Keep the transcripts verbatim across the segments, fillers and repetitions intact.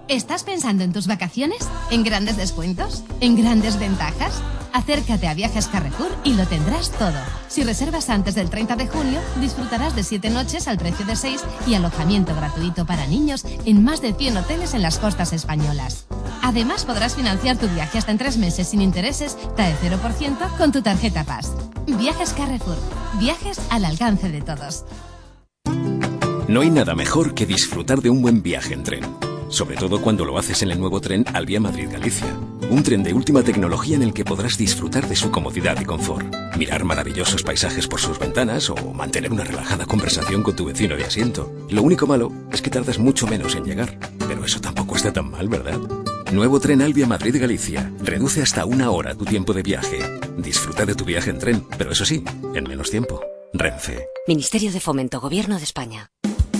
¿Estás pensando en tus vacaciones? ¿En grandes descuentos? ¿En grandes ventajas? Acércate a Viajes Carrefour y lo tendrás todo. Si reservas antes del treinta de junio, disfrutarás de siete noches al precio de seis y alojamiento gratuito para niños en más de cien hoteles en las costas españolas. Además, podrás financiar tu viaje hasta en tres meses sin intereses, T A E cero por ciento con tu tarjeta Pass. Viajes Carrefour. Viajes al alcance de todos. No hay nada mejor que disfrutar de un buen viaje en tren. Sobre todo cuando lo haces en el nuevo tren Alvia Madrid-Galicia. Un tren de última tecnología en el que podrás disfrutar de su comodidad y confort. Mirar maravillosos paisajes por sus ventanas o mantener una relajada conversación con tu vecino de asiento. Lo único malo es que tardas mucho menos en llegar. Pero eso tampoco está tan mal, ¿verdad? Nuevo tren Alvia Madrid-Galicia. Reduce hasta una hora tu tiempo de viaje. Disfruta de tu viaje en tren, pero eso sí, en menos tiempo. Renfe. Ministerio de Fomento, Gobierno de España.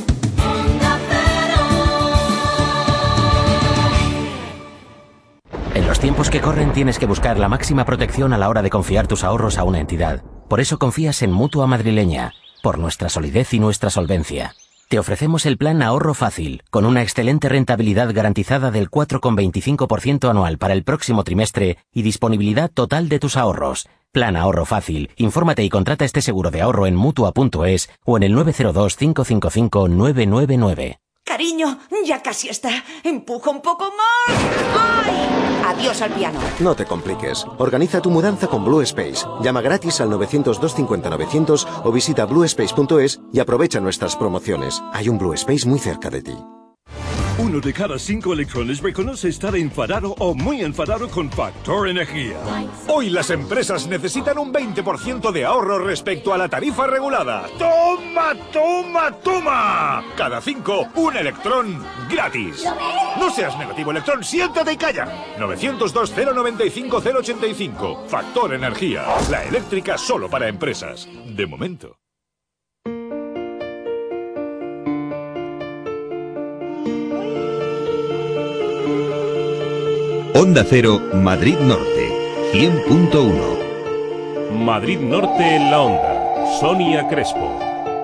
En los tiempos que corren tienes que buscar la máxima protección a la hora de confiar tus ahorros a una entidad. Por eso confías en Mutua Madrileña, por nuestra solidez y nuestra solvencia. Te ofrecemos el plan Ahorro Fácil, con una excelente rentabilidad garantizada del cuatro coma veinticinco por ciento anual para el próximo trimestre y disponibilidad total de tus ahorros. Plan Ahorro Fácil. Infórmate y contrata este seguro de ahorro en Mutua punto es o en el nueve cero dos, cinco cinco cinco, nueve nueve nueve. Cariño, ya casi está. Empuja un poco más. ¡Ay! Adiós al piano. No te compliques. Organiza tu mudanza con Blue Space. Llama gratis al nueve cero dos, cinco cero, nueve cero cero o visita blue space punto es y aprovecha nuestras promociones. Hay un Blue Space muy cerca de ti. Uno de cada cinco electrones reconoce estar enfadado o muy enfadado con Factor Energía. Hoy las empresas necesitan un veinte por ciento de ahorro respecto a la tarifa regulada. ¡Toma, toma, toma! Cada cinco, un electrón gratis. No seas negativo, electrón, siéntate y calla. nueve cero dos, cero nueve cinco, cero ochenta y cinco. Factor Energía, la eléctrica solo para empresas. De momento. Onda Cero, Madrid Norte, cien punto uno. Madrid Norte en la Onda. Sonia Crespo.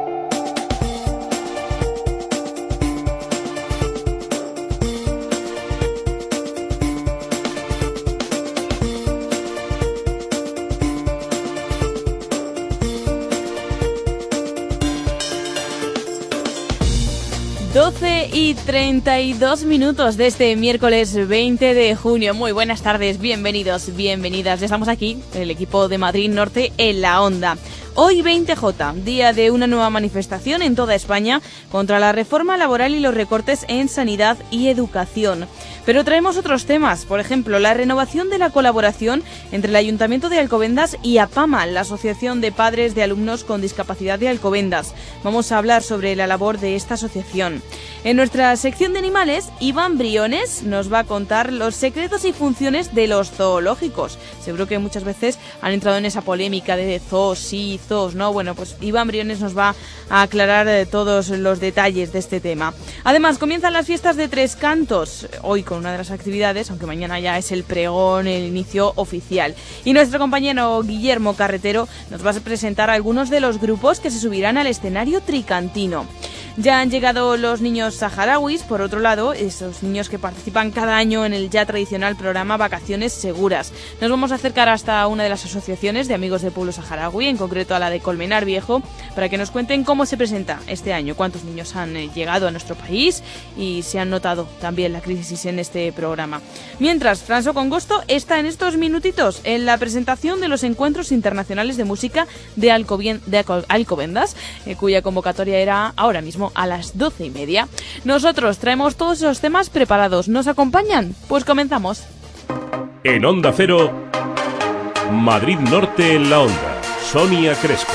doce y treinta y dos minutos de este miércoles veinte de junio. Muy buenas tardes, bienvenidos, bienvenidas. Ya estamos aquí, el equipo de Madrid Norte en la Onda. Hoy veinte J, día de una nueva manifestación en toda España contra la reforma laboral y los recortes en sanidad y educación. Pero traemos otros temas, por ejemplo, la renovación de la colaboración entre el Ayuntamiento de Alcobendas y APAMA, la Asociación de Padres de Alumnos con Discapacidad de Alcobendas. Vamos a hablar sobre la labor de esta asociación. En nuestra sección de animales, Iván Briones nos va a contar los secretos y funciones de los zoológicos. Seguro que muchas veces han entrado en esa polémica de zoos sí, zoos no. Bueno, pues Iván Briones nos va a aclarar eh, todos los detalles de este tema. Además, comienzan las fiestas de Tres Cantos, hoy con una de las actividades, aunque mañana ya es el pregón, el inicio oficial. Y nuestro compañero Guillermo Carretero nos va a presentar algunos de los grupos que se subirán al escenario tricantino. Ya han llegado los niños saharauis, por otro lado, esos niños que participan cada año en el ya tradicional programa Vacaciones Seguras. Nos vamos a acercar hasta una de las asociaciones de amigos del pueblo saharaui, en concreto a la de Colmenar Viejo, para que nos cuenten cómo se presenta este año, cuántos niños han eh, llegado a nuestro país y si han notado también la crisis en este programa. Mientras, François Congosto está en estos minutitos en la presentación de los encuentros internacionales de música de, Alcobien, de Alcobendas, eh, cuya convocatoria era ahora mismo a las doce y media. Nosotros traemos todos esos temas preparados. ¿Nos acompañan? Pues comenzamos. En Onda Cero, Madrid Norte en la Onda. Sonia Crespo.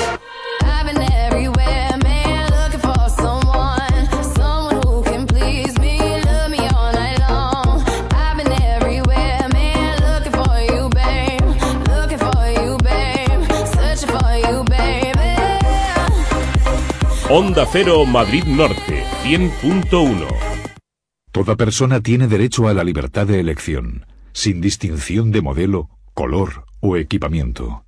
Onda Cero Madrid Norte, cien punto uno. Toda persona tiene derecho a la libertad de elección, sin distinción de modelo, color o equipamiento.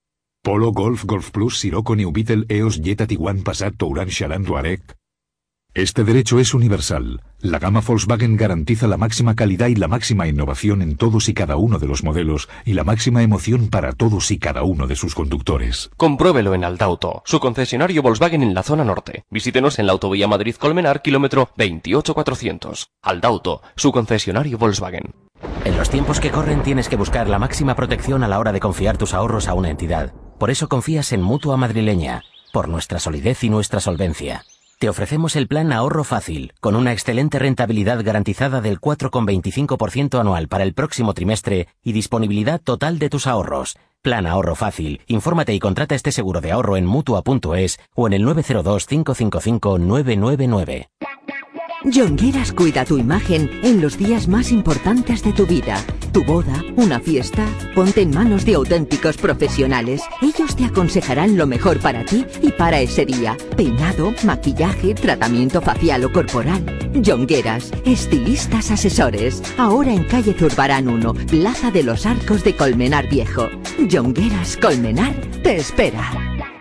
Polo, Golf, Golf Plus, Sirocco, New Beetle, E O S, Jetta, Tiguan, Passat, Touran, Charan, Touareg. Este derecho es universal. La gama Volkswagen garantiza la máxima calidad y la máxima innovación en todos y cada uno de los modelos y la máxima emoción para todos y cada uno de sus conductores. Compruébelo en Aldauto, su concesionario Volkswagen en la zona norte. Visítenos en la autovía Madrid-Colmenar, kilómetro veintiocho cuatrocientos. Aldauto, su concesionario Volkswagen. En los tiempos que corren tienes que buscar la máxima protección a la hora de confiar tus ahorros a una entidad. Por eso confías en Mutua Madrileña, por nuestra solidez y nuestra solvencia. Te ofrecemos el plan Ahorro Fácil, con una excelente rentabilidad garantizada del cuatro coma veinticinco por ciento anual para el próximo trimestre y disponibilidad total de tus ahorros. Plan Ahorro Fácil. Infórmate y contrata este seguro de ahorro en Mutua punto es o en el nueve cero dos, cinco cinco cinco, nueve nueve nueve. Jongueras cuida tu imagen en los días más importantes de tu vida. Tu boda, una fiesta, ponte en manos de auténticos profesionales. Ellos te aconsejarán lo mejor para ti y para ese día. Peinado, maquillaje, tratamiento facial o corporal. Jongueras, estilistas asesores. Ahora en calle Zurbarán uno, Plaza de los Arcos de Colmenar Viejo. Jongueras Colmenar te espera.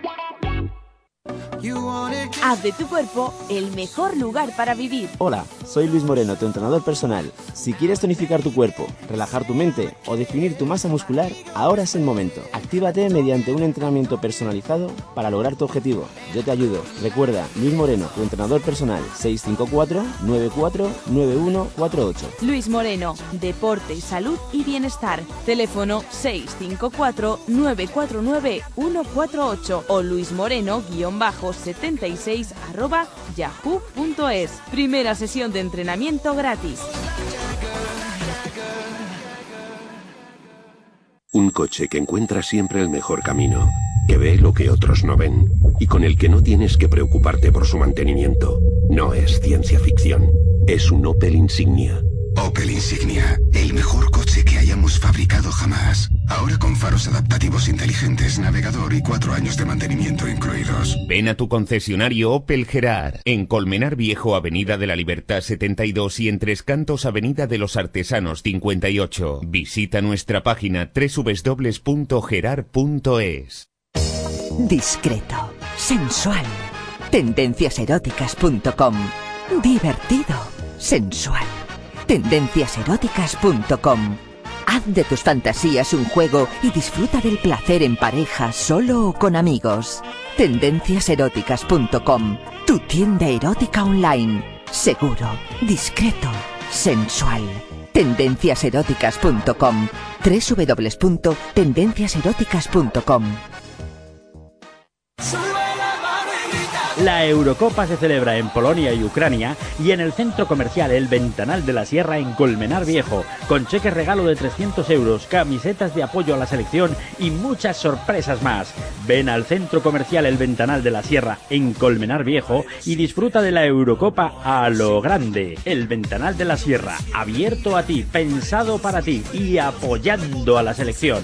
Haz de tu cuerpo el mejor lugar para vivir. Hola, soy Luis Moreno, tu entrenador personal. Si quieres tonificar tu cuerpo, relajar tu mente o definir tu masa muscular, ahora es el momento. Actívate mediante un entrenamiento personalizado para lograr tu objetivo. Yo te ayudo. Recuerda, Luis Moreno, tu entrenador personal. seis cinco cuatro, nueve cuatro nueve uno cuatro ocho. Luis Moreno, deporte, salud y bienestar. Teléfono seis cinco cuatro, nueve cuatro nueve, uno cuatro ocho o luismoreno guión bajo setenta y seis arroba yahoo punto es. Primera sesión de entrenamiento gratis. Un coche que encuentra siempre el mejor camino, que ve lo que otros no ven y con el que no tienes que preocuparte por su mantenimiento. No es ciencia ficción, es un Opel Insignia. Opel Insignia, el mejor coche que hayamos fabricado jamás. Ahora con faros adaptativos inteligentes, navegador y cuatro años de mantenimiento incluidos. Ven a tu concesionario Opel Gerard, en Colmenar Viejo, Avenida de la Libertad setenta y dos y en Tres Cantos, Avenida de los Artesanos cincuenta y ocho. Visita nuestra página doble u doble u doble u punto gerard punto es. Discreto, sensual. tendencias eróticas punto com. Divertido, sensual. tendencias eróticas punto com. Haz de tus fantasías un juego y disfruta del placer en pareja, solo o con amigos. tendencias eróticas punto com. Tu tienda erótica online. Seguro, discreto, sensual. tendencias eróticas punto com. doble u doble u doble u punto tendencias eróticas punto com. La Eurocopa se celebra en Polonia y Ucrania y en el centro comercial El Ventanal de la Sierra en Colmenar Viejo, con cheque regalo de trescientos euros, camisetas de apoyo a la selección y muchas sorpresas más. Ven al centro comercial El Ventanal de la Sierra en Colmenar Viejo y disfruta de la Eurocopa a lo grande. El Ventanal de la Sierra, abierto a ti, pensado para ti y apoyando a la selección.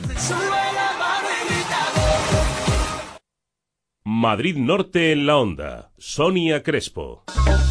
Madrid Norte en la onda. Sonia Crespo.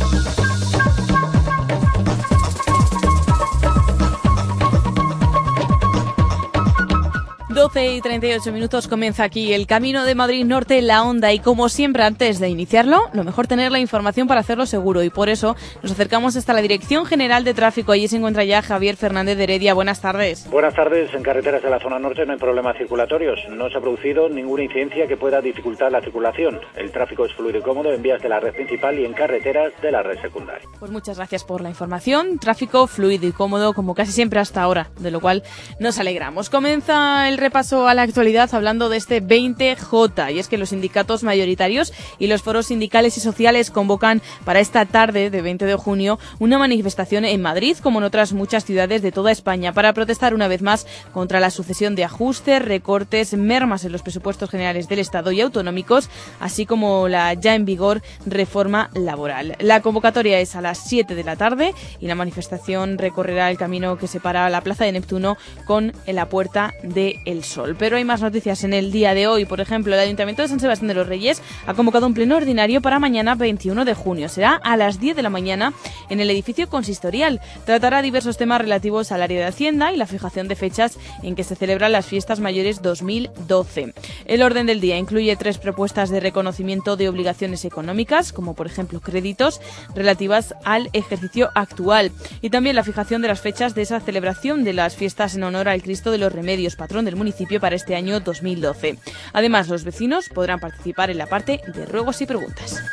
doce y treinta y ocho minutos comienza aquí el Camino de Madrid Norte en la onda y como siempre antes de iniciarlo, lo mejor tener la información para hacerlo seguro y por eso nos acercamos hasta la Dirección General de Tráfico. Allí se encuentra ya Javier Fernández de Heredia. Buenas tardes. Buenas tardes. En carreteras de la zona norte no hay problemas circulatorios. No se ha producido ninguna incidencia que pueda dificultar la circulación. El tráfico es fluido y cómodo en vías de la red principal y en carreteras de la red secundaria. Pues muchas gracias por la información. Tráfico fluido y cómodo como casi siempre hasta ahora, de lo cual nos alegramos. Comienza el repaso a la actualidad hablando de este veinte J y es que los sindicatos mayoritarios y los foros sindicales y sociales convocan para esta tarde de veinte de junio una manifestación en Madrid como en otras muchas ciudades de toda España para protestar una vez más contra la sucesión de ajustes, recortes, mermas en los presupuestos generales del Estado y autonómicos, así como la ya en vigor reforma laboral. La convocatoria es a las siete de la tarde y la manifestación recorrerá el camino que separa la Plaza de Neptuno con la Puerta del Sol. sol. Pero hay más noticias en el día de hoy. Por ejemplo, el Ayuntamiento de San Sebastián de los Reyes ha convocado un pleno ordinario para mañana veintiuno de junio. Será a las diez de la mañana en el edificio consistorial. Tratará diversos temas relativos al área de Hacienda y la fijación de fechas en que se celebran las fiestas mayores dos mil doce. El orden del día incluye tres propuestas de reconocimiento de obligaciones económicas, como por ejemplo créditos relativas al ejercicio actual, y también la fijación de las fechas de esa celebración de las fiestas en honor al Cristo de los Remedios, patrón del municipio para este año dos mil doce. Además, los vecinos podrán participar en la parte de ruegos y preguntas.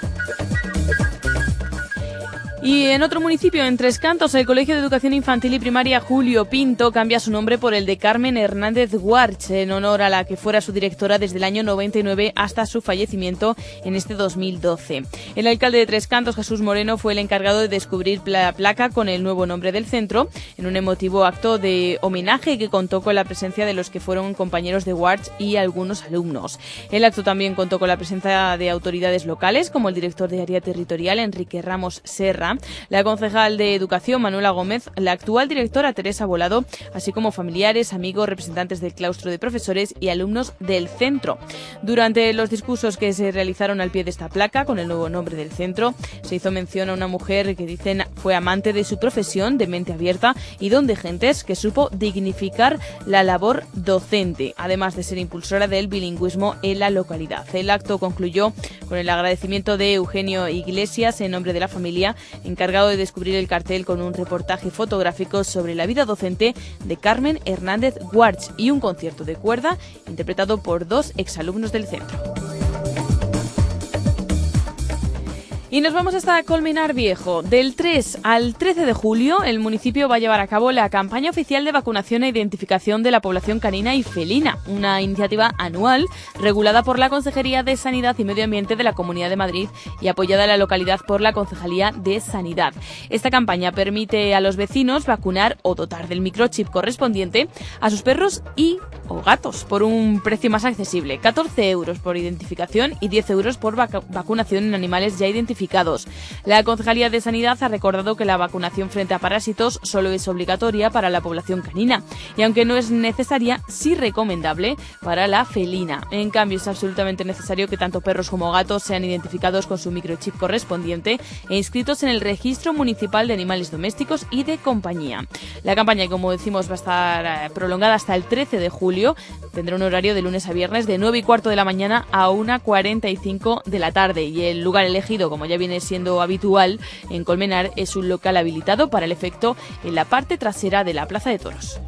Y en otro municipio, en Tres Cantos, el Colegio de Educación Infantil y Primaria Julio Pinto cambia su nombre por el de Carmen Hernández Guarch, en honor a la que fuera su directora desde el año noventa y nueve hasta su fallecimiento en este dos mil doce. El alcalde de Tres Cantos, Jesús Moreno, fue el encargado de descubrir la placa con el nuevo nombre del centro, en un emotivo acto de homenaje que contó con la presencia de los que fueron compañeros de Guarch y algunos alumnos. El acto también contó con la presencia de autoridades locales, como el director de área territorial, Enrique Ramos Serra, la concejal de Educación, Manuela Gómez, la actual directora, Teresa Volado, así como familiares, amigos, representantes del claustro de profesores y alumnos del centro. Durante los discursos que se realizaron al pie de esta placa, con el nuevo nombre del centro, se hizo mención a una mujer que dicen fue amante de su profesión, de mente abierta y don de gentes, que supo dignificar la labor docente, además de ser impulsora del bilingüismo en la localidad. El acto concluyó con el agradecimiento de Eugenio Iglesias, en nombre de la familia, encargado de descubrir el cartel con un reportaje fotográfico sobre la vida docente de Carmen Hernández Guarch y un concierto de cuerda interpretado por dos exalumnos del centro. Y nos vamos hasta Colmenar Viejo. Del tres al trece de julio, el municipio va a llevar a cabo la campaña oficial de vacunación e identificación de la población canina y felina, una iniciativa anual regulada por la Consejería de Sanidad y Medio Ambiente de la Comunidad de Madrid y apoyada en la localidad por la Concejalía de Sanidad. Esta campaña permite a los vecinos vacunar o dotar del microchip correspondiente a sus perros y o gatos por un precio más accesible, catorce euros por identificación y diez euros por vac- vacunación en animales ya identificados. La Concejalía de Sanidad ha recordado que la vacunación frente a parásitos solo es obligatoria para la población canina y, aunque no es necesaria, sí recomendable para la felina. En cambio, es absolutamente necesario que tanto perros como gatos sean identificados con su microchip correspondiente e inscritos en el Registro Municipal de Animales Domésticos y de Compañía. La campaña, como decimos, va a estar prolongada hasta el trece de julio. Tendrá un horario de lunes a viernes de nueve y cuarto de la mañana a una cuarenta y cinco de la tarde, y el lugar elegido, como ya viene siendo habitual en Colmenar, es un local habilitado para el efecto en la parte trasera de la Plaza de Toros.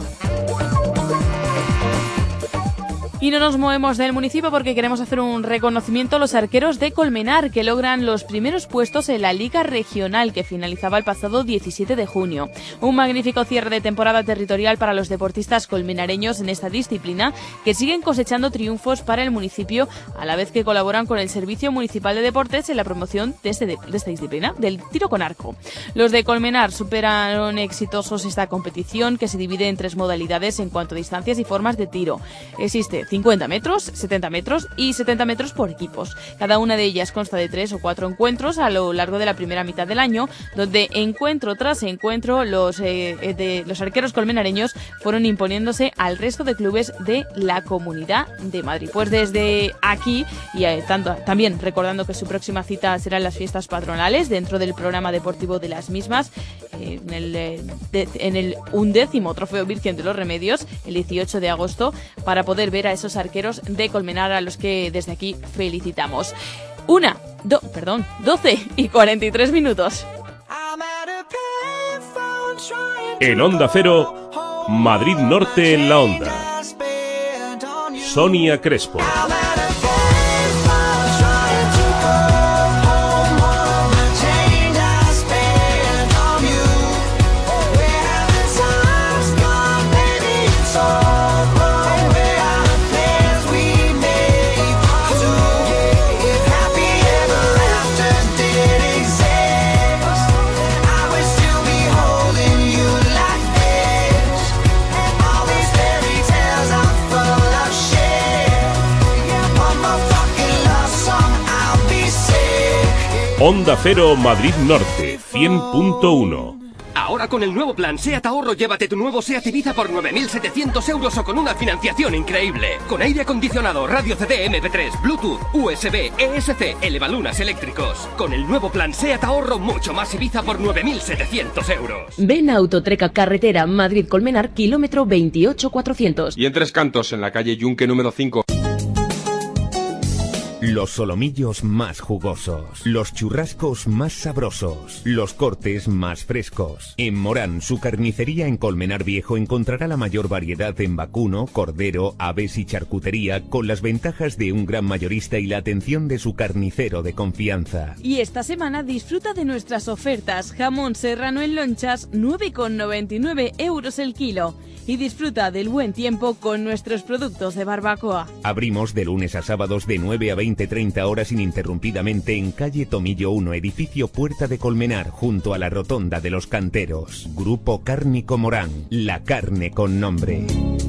Y no nos movemos del municipio porque queremos hacer un reconocimiento a los arqueros de Colmenar, que logran los primeros puestos en la Liga Regional, que finalizaba el pasado diecisiete de junio. Un magnífico cierre de temporada territorial para los deportistas colmenareños en esta disciplina, que siguen cosechando triunfos para el municipio, a la vez que colaboran con el Servicio Municipal de Deportes en la promoción de, este, de esta disciplina, del tiro con arco. Los de Colmenar superaron exitosos esta competición, que se divide en tres modalidades en cuanto a distancias y formas de tiro. Existe cincuenta metros, setenta metros y setenta metros por equipos. Cada una de ellas consta de tres o cuatro encuentros a lo largo de la primera mitad del año, donde encuentro tras encuentro los, eh, de, los arqueros colmenareños fueron imponiéndose al resto de clubes de la Comunidad de Madrid. Pues desde aquí, y eh, tanto, también recordando que su próxima cita será en las fiestas patronales, dentro del programa deportivo de las mismas, eh, en, el, eh, de, en el undécimo Trofeo Virgen de los Remedios, el dieciocho de agosto, para poder ver a esos arqueros de Colmenar, a los que desde aquí felicitamos. Una, do, perdón, doce y cuarenta y tres minutos. En Onda Cero, Madrid Norte en la Onda. Sonia Crespo. Onda Cero Madrid Norte cien punto uno. Ahora con el nuevo plan SEAT Ahorro, llévate tu nuevo SEAT Ibiza por nueve mil setecientos euros o con una financiación increíble. Con aire acondicionado, radio C D, M P tres, Bluetooth, U S B, E S C, elevalunas eléctricos. Con el nuevo plan SEAT Ahorro, mucho más Ibiza por nueve mil setecientos euros. Ven a Autotreca Carretera Madrid-Colmenar, kilómetro veintiocho cuatrocientos. Y en Tres Cantos, en la calle Yunque número cinco. Los solomillos más jugosos, los churrascos más sabrosos, los cortes más frescos. En Morán, su carnicería en Colmenar Viejo, encontrará la mayor variedad en vacuno, cordero, aves y charcutería, con las ventajas de un gran mayorista y la atención de su carnicero de confianza. Y esta semana disfruta de nuestras ofertas. Jamón serrano en lonchas, nueve con noventa y nueve euros el kilo. Y disfruta del buen tiempo con nuestros productos de barbacoa. Abrimos de lunes a sábados de nueve a veinte treinta horas ininterrumpidamente en calle Tomillo uno, edificio Puerta de Colmenar, junto a la Rotonda de los Canteros. Grupo Cárnico Morán, la carne con nombre.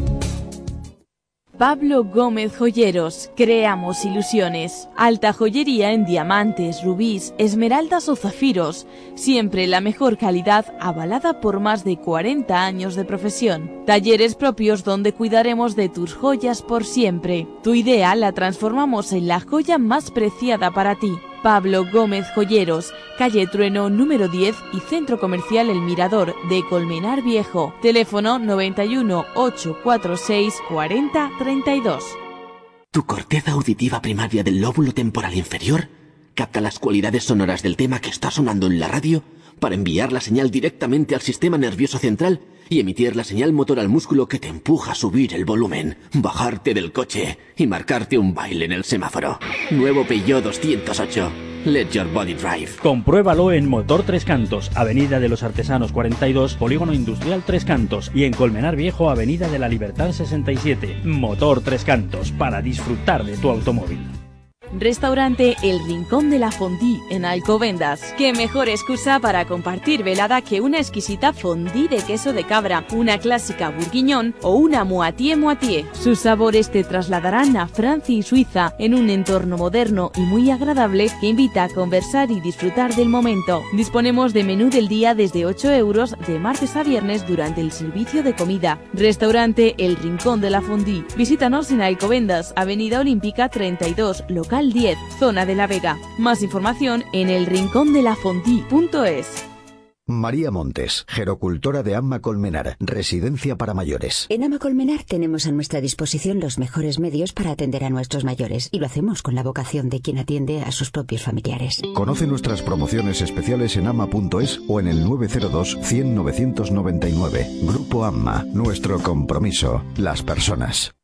Pablo Gómez Joyeros, creamos ilusiones. Alta joyería en diamantes, rubíes, esmeraldas o zafiros. Siempre la mejor calidad, avalada por más de cuarenta años de profesión. Talleres propios donde cuidaremos de tus joyas por siempre. Tu idea la transformamos en la joya más preciada para ti. Pablo Gómez Joyeros, calle Trueno número diez y Centro Comercial El Mirador de Colmenar Viejo. Teléfono noventa y uno, ochocientos cuarenta y seis, cuarenta, treinta y dos. ¿Tu corteza auditiva primaria del lóbulo temporal inferior capta las cualidades sonoras del tema que está sonando en la radio para enviar la señal directamente al sistema nervioso central y emitir la señal motor al músculo que te empuja a subir el volumen, bajarte del coche y marcarte un baile en el semáforo? Nuevo Peugeot doscientos ocho. Let your body drive. Compruébalo en Motor Tres Cantos, Avenida de los Artesanos cuarenta y dos, Polígono Industrial Tres Cantos, y en Colmenar Viejo, Avenida de la Libertad sesenta y siete. Motor Tres Cantos, para disfrutar de tu automóvil. Restaurante El Rincón de la Fondue en Alcobendas. Qué mejor excusa para compartir velada que una exquisita fondue de queso de cabra, una clásica bourguignon o una moitié moitié. Sus sabores te trasladarán a Francia y Suiza en un entorno moderno y muy agradable que invita a conversar y disfrutar del momento. Disponemos de menú del día desde ocho euros de martes a viernes durante el servicio de comida. Restaurante El Rincón de la Fondue. Visítanos en Alcobendas, Avenida Olímpica treinta y dos, local diez, zona de La Vega. Más información en el rincón de la fondue punto es. María Montes, gerocultora de Amma Colmenar, residencia para mayores. En Amma Colmenar tenemos a nuestra disposición los mejores medios para atender a nuestros mayores y lo hacemos con la vocación de quien atiende a sus propios familiares. Conoce nuestras promociones especiales en amma punto es o en el nueve cero dos, cien, novecientos noventa y nueve. Grupo Amma, nuestro compromiso, las personas.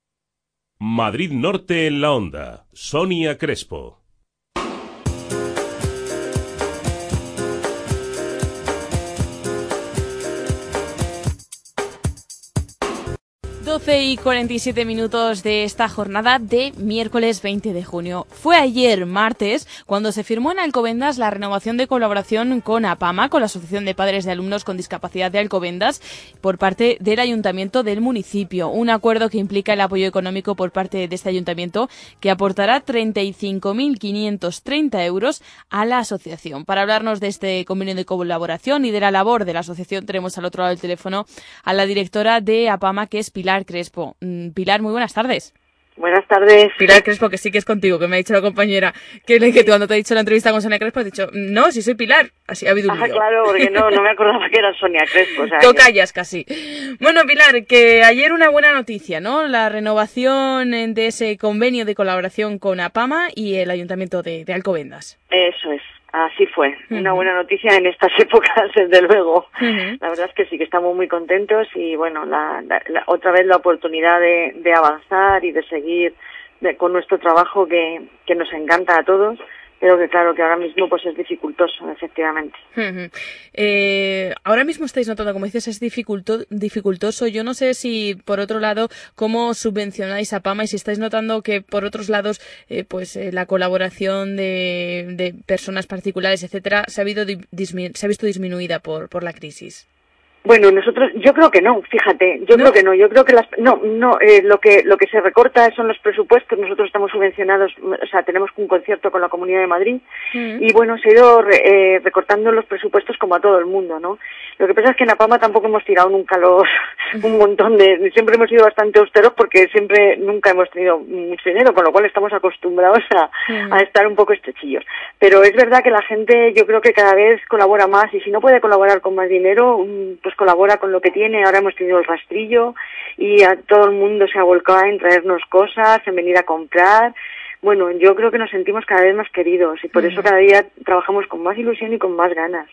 Madrid Norte en la Onda. Sonia Crespo. doce y cuarenta y siete minutos de esta jornada de miércoles veinte de junio. Fue ayer, martes, cuando se firmó en Alcobendas la renovación de colaboración con APAMA, con la Asociación de Padres de Alumnos con Discapacidad de Alcobendas, por parte del Ayuntamiento del municipio. Un acuerdo que implica el apoyo económico por parte de este ayuntamiento, que aportará treinta y cinco mil quinientos treinta euros a la asociación. Para hablarnos de este convenio de colaboración y de la labor de la asociación, tenemos al otro lado del teléfono a la directora de APAMA, que es Pilar Crespo. Pilar, muy buenas tardes. Buenas tardes. Pilar Crespo, que sí que es contigo, que me ha dicho la compañera, que, que cuando te ha dicho la entrevista con Sonia Crespo, has dicho, no, si soy Pilar. Así ha habido un Ah, lío. claro, porque no, no me acordaba que era Sonia Crespo. O sea, Tú que... callas casi. Bueno, Pilar, que ayer una buena noticia, ¿no? La renovación de ese convenio de colaboración con APAMA y el Ayuntamiento de, de Alcobendas. Eso es. Así fue, uh-huh. Una buena noticia en estas épocas, desde luego. Uh-huh. La verdad es que sí, que estamos muy contentos y, bueno, la, la, la, otra vez la oportunidad de, de avanzar y de seguir de, con nuestro trabajo que, que nos encanta a todos, pero que claro que ahora mismo pues es dificultoso, efectivamente. Uh-huh. Eh, ahora mismo estáis notando, como dices, es dificulto, dificultoso. Yo no sé si, por otro lado, cómo subvencionáis a APAMA y si estáis notando que, por otros lados, eh, pues eh, la colaboración de, de personas particulares, etcétera, se ha, habido dismi- se ha visto disminuida por, por la crisis. Bueno, nosotros, yo creo que no, fíjate, yo ¿No? creo que no, yo creo que las, no, no, eh, lo que, lo que se recorta son los presupuestos, nosotros estamos subvencionados, o sea, tenemos un concierto con la Comunidad de Madrid, mm. y bueno, se ha ido re, eh, recortando los presupuestos como a todo el mundo, ¿no? Lo que pasa es que en APAMA tampoco hemos tirado nunca los, un montón de, siempre hemos sido bastante austeros porque siempre, nunca hemos tenido mucho dinero, con lo cual estamos acostumbrados a, mm. a estar un poco estrechillos. Pero es verdad que la gente, yo creo que cada vez colabora más, y si no puede colaborar con más dinero, pues colabora con lo que tiene. Ahora hemos tenido el rastrillo y a todo el mundo se ha volcado en traernos cosas, en venir a comprar. Bueno, yo creo que nos sentimos cada vez más queridos y por uh-huh. eso cada día trabajamos con más ilusión y con más ganas.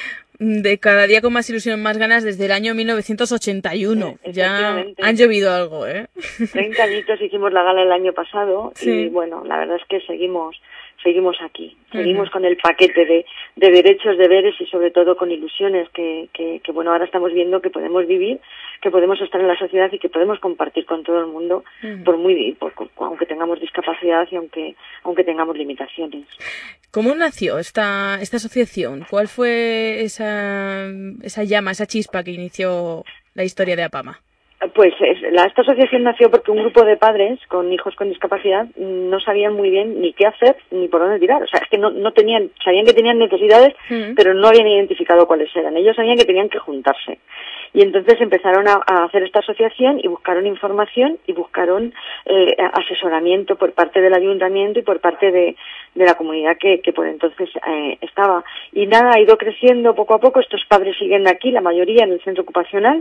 De cada día con más ilusión, más ganas desde el año mil novecientos ochenta y uno. Sí, ya han llovido algo, ¿eh? treinta añitos hicimos la gala el año pasado sí. y bueno, la verdad es que seguimos seguimos aquí, seguimos uh-huh. con el paquete de, de derechos, deberes y sobre todo con ilusiones que, que, que bueno, ahora estamos viendo que podemos vivir, que podemos estar en la sociedad y que podemos compartir con todo el mundo, uh-huh. por muy por, aunque tengamos discapacidad y aunque aunque tengamos limitaciones. ¿Cómo nació esta esta asociación? ¿Cuál fue esa esa llama, esa chispa que inició la historia de APAMA? Pues es, la, esta asociación nació porque un grupo de padres con hijos con discapacidad no sabían muy bien ni qué hacer ni por dónde tirar. O sea, es que no, no tenían, sabían que tenían necesidades, mm. pero no habían identificado cuáles eran. Ellos sabían que tenían que juntarse. Y entonces empezaron a, a hacer esta asociación y buscaron información y buscaron eh, asesoramiento por parte del ayuntamiento y por parte de, de la comunidad que, que por entonces eh, estaba. Y nada, ha ido creciendo poco a poco. Estos padres siguen aquí, la mayoría en el centro ocupacional.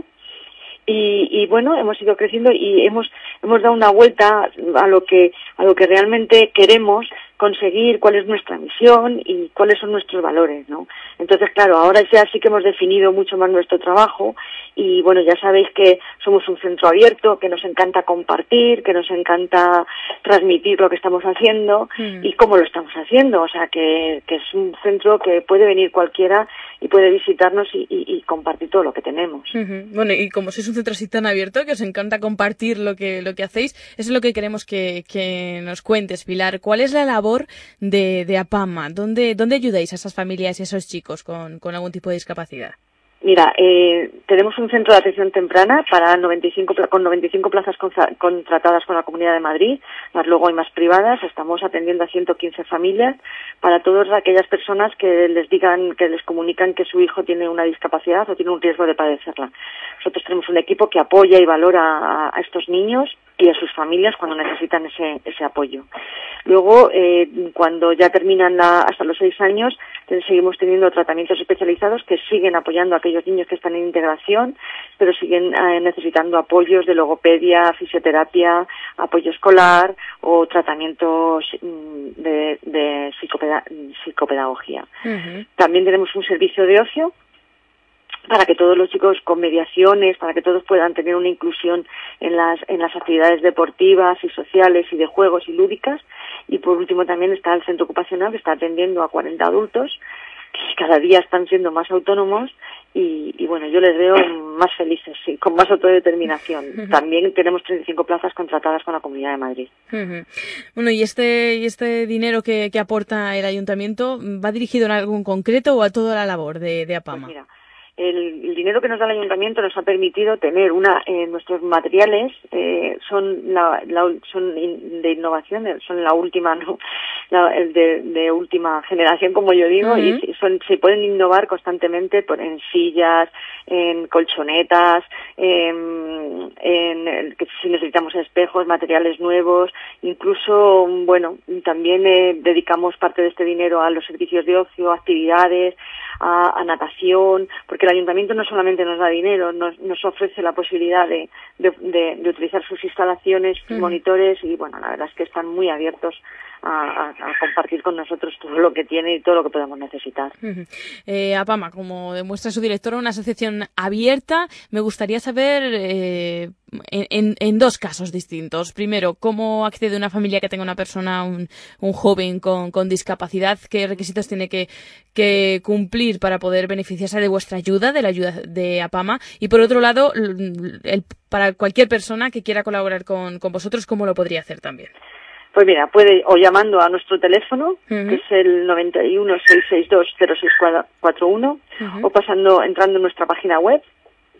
Y, y bueno, hemos ido creciendo y hemos hemos dado una vuelta a lo que a lo que realmente queremos conseguir, cuál es nuestra misión y cuáles son nuestros valores, ¿no? Entonces, claro, ahora ya sí que hemos definido mucho más nuestro trabajo y, bueno, ya sabéis que somos un centro abierto, que nos encanta compartir, que nos encanta transmitir lo que estamos haciendo mm. y cómo lo estamos haciendo, o sea, que, que es un centro que puede venir cualquiera y puede visitarnos y, y, y compartir todo lo que tenemos. Uh-huh. Bueno, y como sois un centro así tan abierto, que os encanta compartir lo que lo que hacéis, eso es lo que queremos que, que nos cuentes, Pilar. ¿Cuál es la labor de, de APAMA? ¿Dónde, ¿Dónde ayudáis a esas familias y a esos chicos con, con algún tipo de discapacidad? Mira, eh, tenemos un centro de atención temprana para noventa y cinco, con noventa y cinco plazas contra, contratadas con la Comunidad de Madrid, más luego hay más privadas. Estamos atendiendo a ciento quince familias para todas aquellas personas que les digan, que les comunican que su hijo tiene una discapacidad o tiene un riesgo de padecerla. Nosotros tenemos un equipo que apoya y valora a, a estos niños y a sus familias cuando necesitan ese, ese apoyo. Luego, eh, cuando ya terminan la, hasta los seis años, seguimos teniendo tratamientos especializados que siguen apoyando a aquellos niños que están en integración, pero siguen eh, necesitando apoyos de logopedia, fisioterapia, apoyo escolar o tratamientos mm, de, de psicopeda- psicopedagogía. Uh-huh. También tenemos un servicio de ocio para que todos los chicos con mediaciones, para que todos puedan tener una inclusión en las en las actividades deportivas y sociales y de juegos y lúdicas. Y por último también está el centro ocupacional que está atendiendo a cuarenta adultos que cada día están siendo más autónomos y, y bueno, yo les veo más felices, sí, con más autodeterminación. Uh-huh. También tenemos treinta y cinco plazas contratadas con la Comunidad de Madrid. Uh-huh. Bueno, ¿y este y este dinero que, que aporta el ayuntamiento va dirigido en algo en concreto o a toda la labor de, de APAMA? Pues mira, El, el dinero que nos da el ayuntamiento nos ha permitido tener una eh, nuestros materiales eh, son la, la son in, de innovación, son la última no la, el de, de última generación, como yo digo. Uh-huh. Y son se pueden innovar constantemente por, en sillas, en colchonetas, en, en que si necesitamos espejos, materiales nuevos, incluso bueno también eh, dedicamos parte de este dinero a los servicios de ocio, actividades, a, a natación, porque el ayuntamiento no solamente nos da dinero, nos, nos ofrece la posibilidad de, de, de, de utilizar sus instalaciones, sus uh-huh. monitores y bueno, la verdad es que están muy abiertos a, a, a compartir con nosotros todo lo que tiene y todo lo que podemos necesitar. Uh-huh. Eh, APAMA, como demuestra su directora, una asociación abierta. Me gustaría saber eh, en, en, en dos casos distintos. Primero, ¿cómo accede una familia que tenga una persona, un, un joven con, con discapacidad? ¿Qué requisitos tiene que, que cumplir para poder beneficiarse de vuestra ayuda, de la ayuda de APAMA? Y por otro lado, el, para cualquier persona que quiera colaborar con, con vosotros, ¿cómo lo podría hacer también? Pues mira, puede o llamando a nuestro teléfono, uh-huh. que es el noventa y uno, seiscientos sesenta y dos, cero seis cuarenta y uno, uh-huh. o pasando, entrando en nuestra página web,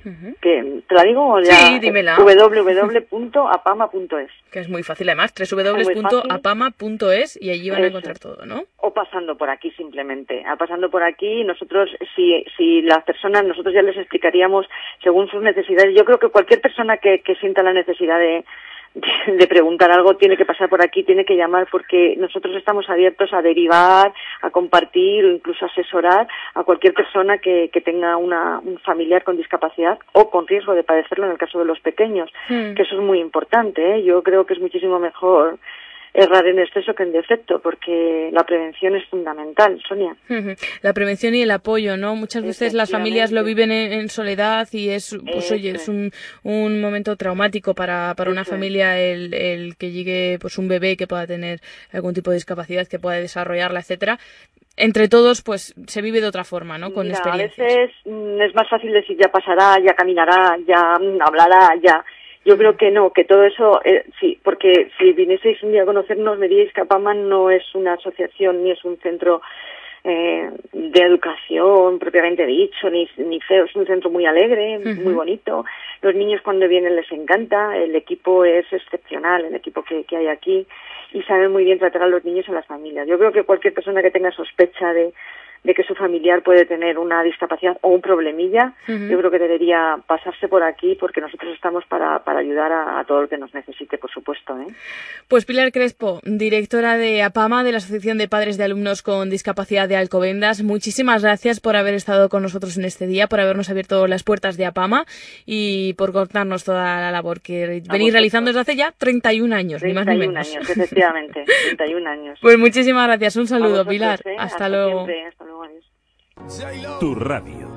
Uh-huh. Que, ¿te la digo o ya? Sí, dímela. doble u doble u doble u punto apama punto es. Que es muy fácil, además, doble u doble u doble u punto apama punto es y allí van a encontrar todo, ¿no? O pasando por aquí simplemente. A pasando por aquí, nosotros, si, si las personas, nosotros ya les explicaríamos según sus necesidades. Yo creo que cualquier persona que, que sienta la necesidad de de preguntar algo tiene que pasar por aquí, tiene que llamar, porque nosotros estamos abiertos a derivar, a compartir o incluso asesorar a cualquier persona que, que tenga una, un familiar con discapacidad o con riesgo de padecerlo en el caso de los pequeños, mm. que eso es muy importante, ¿eh? Yo creo que es muchísimo mejor errar en exceso que en defecto, porque la prevención es fundamental, Sonia. La prevención y el apoyo, ¿no? Muchas veces las familias lo viven en, en soledad y es, pues oye, es un, un momento traumático para, para una familia el, el que llegue pues un bebé que pueda tener algún tipo de discapacidad, que pueda desarrollarla, etcétera. Entre todos, pues se vive de otra forma, ¿no? Con Mira, experiencias. A veces mm, es más fácil decir ya pasará, ya caminará, ya mm, hablará, ya... Yo creo que no, que todo eso, eh, sí, porque si vinieseis un día a conocernos, veríais que APAMA no es una asociación ni es un centro eh, de educación propiamente dicho, ni, ni feo, es un centro muy alegre, uh-huh. muy bonito. Los niños cuando vienen les encanta, el equipo es excepcional, el equipo que, que hay aquí, y saben muy bien tratar a los niños y a las familias. Yo creo que cualquier persona que tenga sospecha de de que su familiar puede tener una discapacidad o un problemilla, uh-huh. yo creo que debería pasarse por aquí, porque nosotros estamos para, para ayudar a, a todo el que nos necesite, por supuesto, ¿eh? Pues Pilar Crespo, directora de APAMA, de la Asociación de Padres de Alumnos con Discapacidad de Alcobendas, muchísimas gracias por haber estado con nosotros en este día, por habernos abierto las puertas de APAMA y por contarnos toda la labor que venís realizando desde hace ya treinta y un años, ni más ni menos. treinta y un años, efectivamente, treinta y un años. Pues muchísimas gracias, un saludo, vosotros, Pilar, ¿eh? Hasta, Hasta luego. Siempre. Hasta luego, adiós. Tu radio.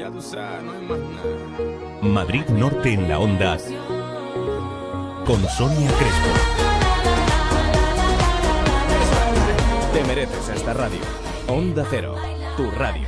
Madrid Norte en la onda con Sonia Crespo. Te mereces esta radio. Onda Cero, tu radio.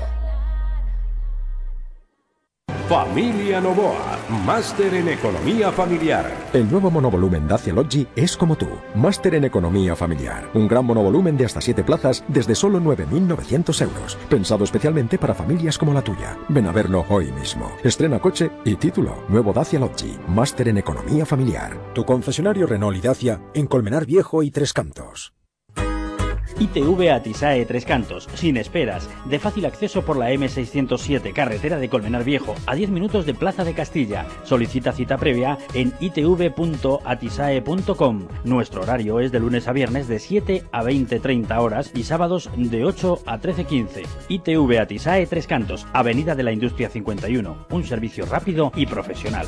Familia Novoa, máster en economía familiar. El nuevo monovolumen Dacia Logi es como tú, máster en economía familiar. Un gran monovolumen de hasta siete plazas desde solo nueve mil novecientos euros. Pensado especialmente para familias como la tuya. Ven a verlo hoy mismo. Estrena coche y título. Nuevo Dacia Logi, máster en economía familiar. Tu concesionario Renault y Dacia en Colmenar Viejo y Tres Cantos. I T V Atisae Tres Cantos, sin esperas, de fácil acceso por la eme seiscientos siete, carretera de Colmenar Viejo, a diez minutos de Plaza de Castilla. Solicita cita previa en i t v punto atisae punto com. Nuestro horario es de lunes a viernes de siete a veinte treinta horas y sábados de ocho a trece quince. I T V Atisae Tres Cantos, Avenida de la Industria cincuenta y uno, un servicio rápido y profesional.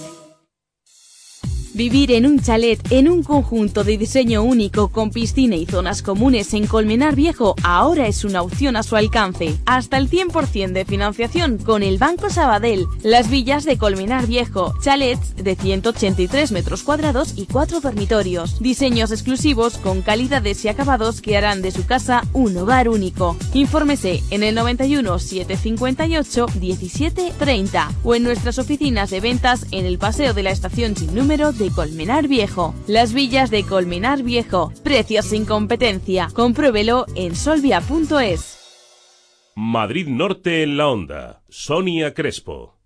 Vivir en un chalet, en un conjunto de diseño único con piscina y zonas comunes en Colmenar Viejo, ahora es una opción a su alcance. Hasta el cien por ciento de financiación con el Banco Sabadell. Las villas de Colmenar Viejo, chalets de ciento ochenta y tres metros cuadrados y cuatro dormitorios. Diseños exclusivos con calidades y acabados que harán de su casa un hogar único. Infórmese en el noventa y uno, setecientos cincuenta y ocho, diecisiete treinta o en nuestras oficinas de ventas en el Paseo de la Estación sin número de Colmenar Viejo. Las villas de Colmenar Viejo. Precios sin competencia. Compruébelo en solvia punto es. Madrid Norte en la onda. Sonia Crespo.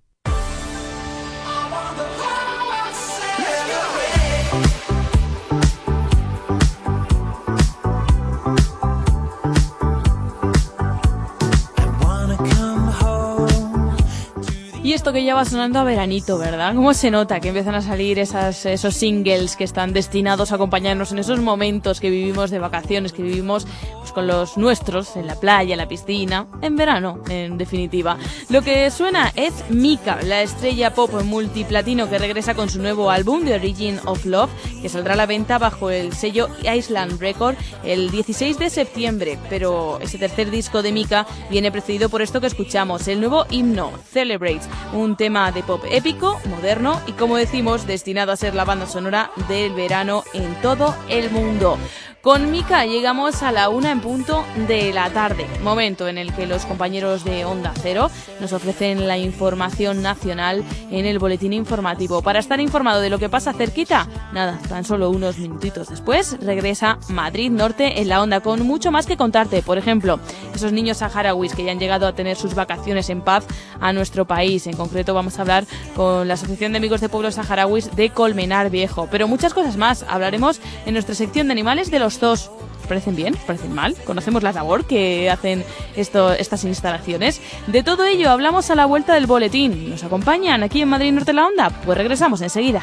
Y esto que ya va sonando a veranito, ¿verdad? ¿Cómo se nota que empiezan a salir esas, esos singles que están destinados a acompañarnos en esos momentos que vivimos de vacaciones, que vivimos pues, con los nuestros, en la playa, en la piscina, en verano, en definitiva? Lo que suena es Mika, la estrella pop multiplatino que regresa con su nuevo álbum, The Origin of Love, que saldrá a la venta bajo el sello Island Record el dieciséis de septiembre. Pero ese tercer disco de Mika viene precedido por esto que escuchamos, el nuevo himno, Celebrate. Un tema de pop épico, moderno y, como decimos, destinado a ser la banda sonora del verano en todo el mundo. Con Mica llegamos a la una en punto de la tarde, momento en el que los compañeros de Onda Cero nos ofrecen la información nacional en el boletín informativo. Para estar informado de lo que pasa cerquita, nada, tan solo unos minutitos después regresa Madrid Norte en la Onda con mucho más que contarte. Por ejemplo, esos niños saharauis que ya han llegado a tener sus vacaciones en paz a nuestro país. En concreto vamos a hablar con la Asociación de Amigos de Pueblos Saharauis de Colmenar Viejo, pero muchas cosas más. Hablaremos en nuestra sección de animales de los zoos. ¿Os parecen bien? ¿Os parecen mal? ¿Conocemos la labor que hacen esto, estas instalaciones? De todo ello hablamos a la vuelta del boletín. ¿Nos acompañan aquí en Madrid Norte en la Onda? Pues regresamos enseguida.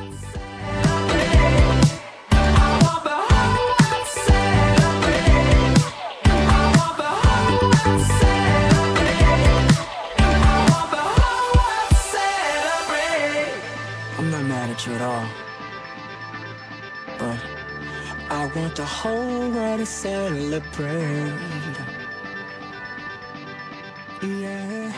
I want the whole world to celebrate. Yeah.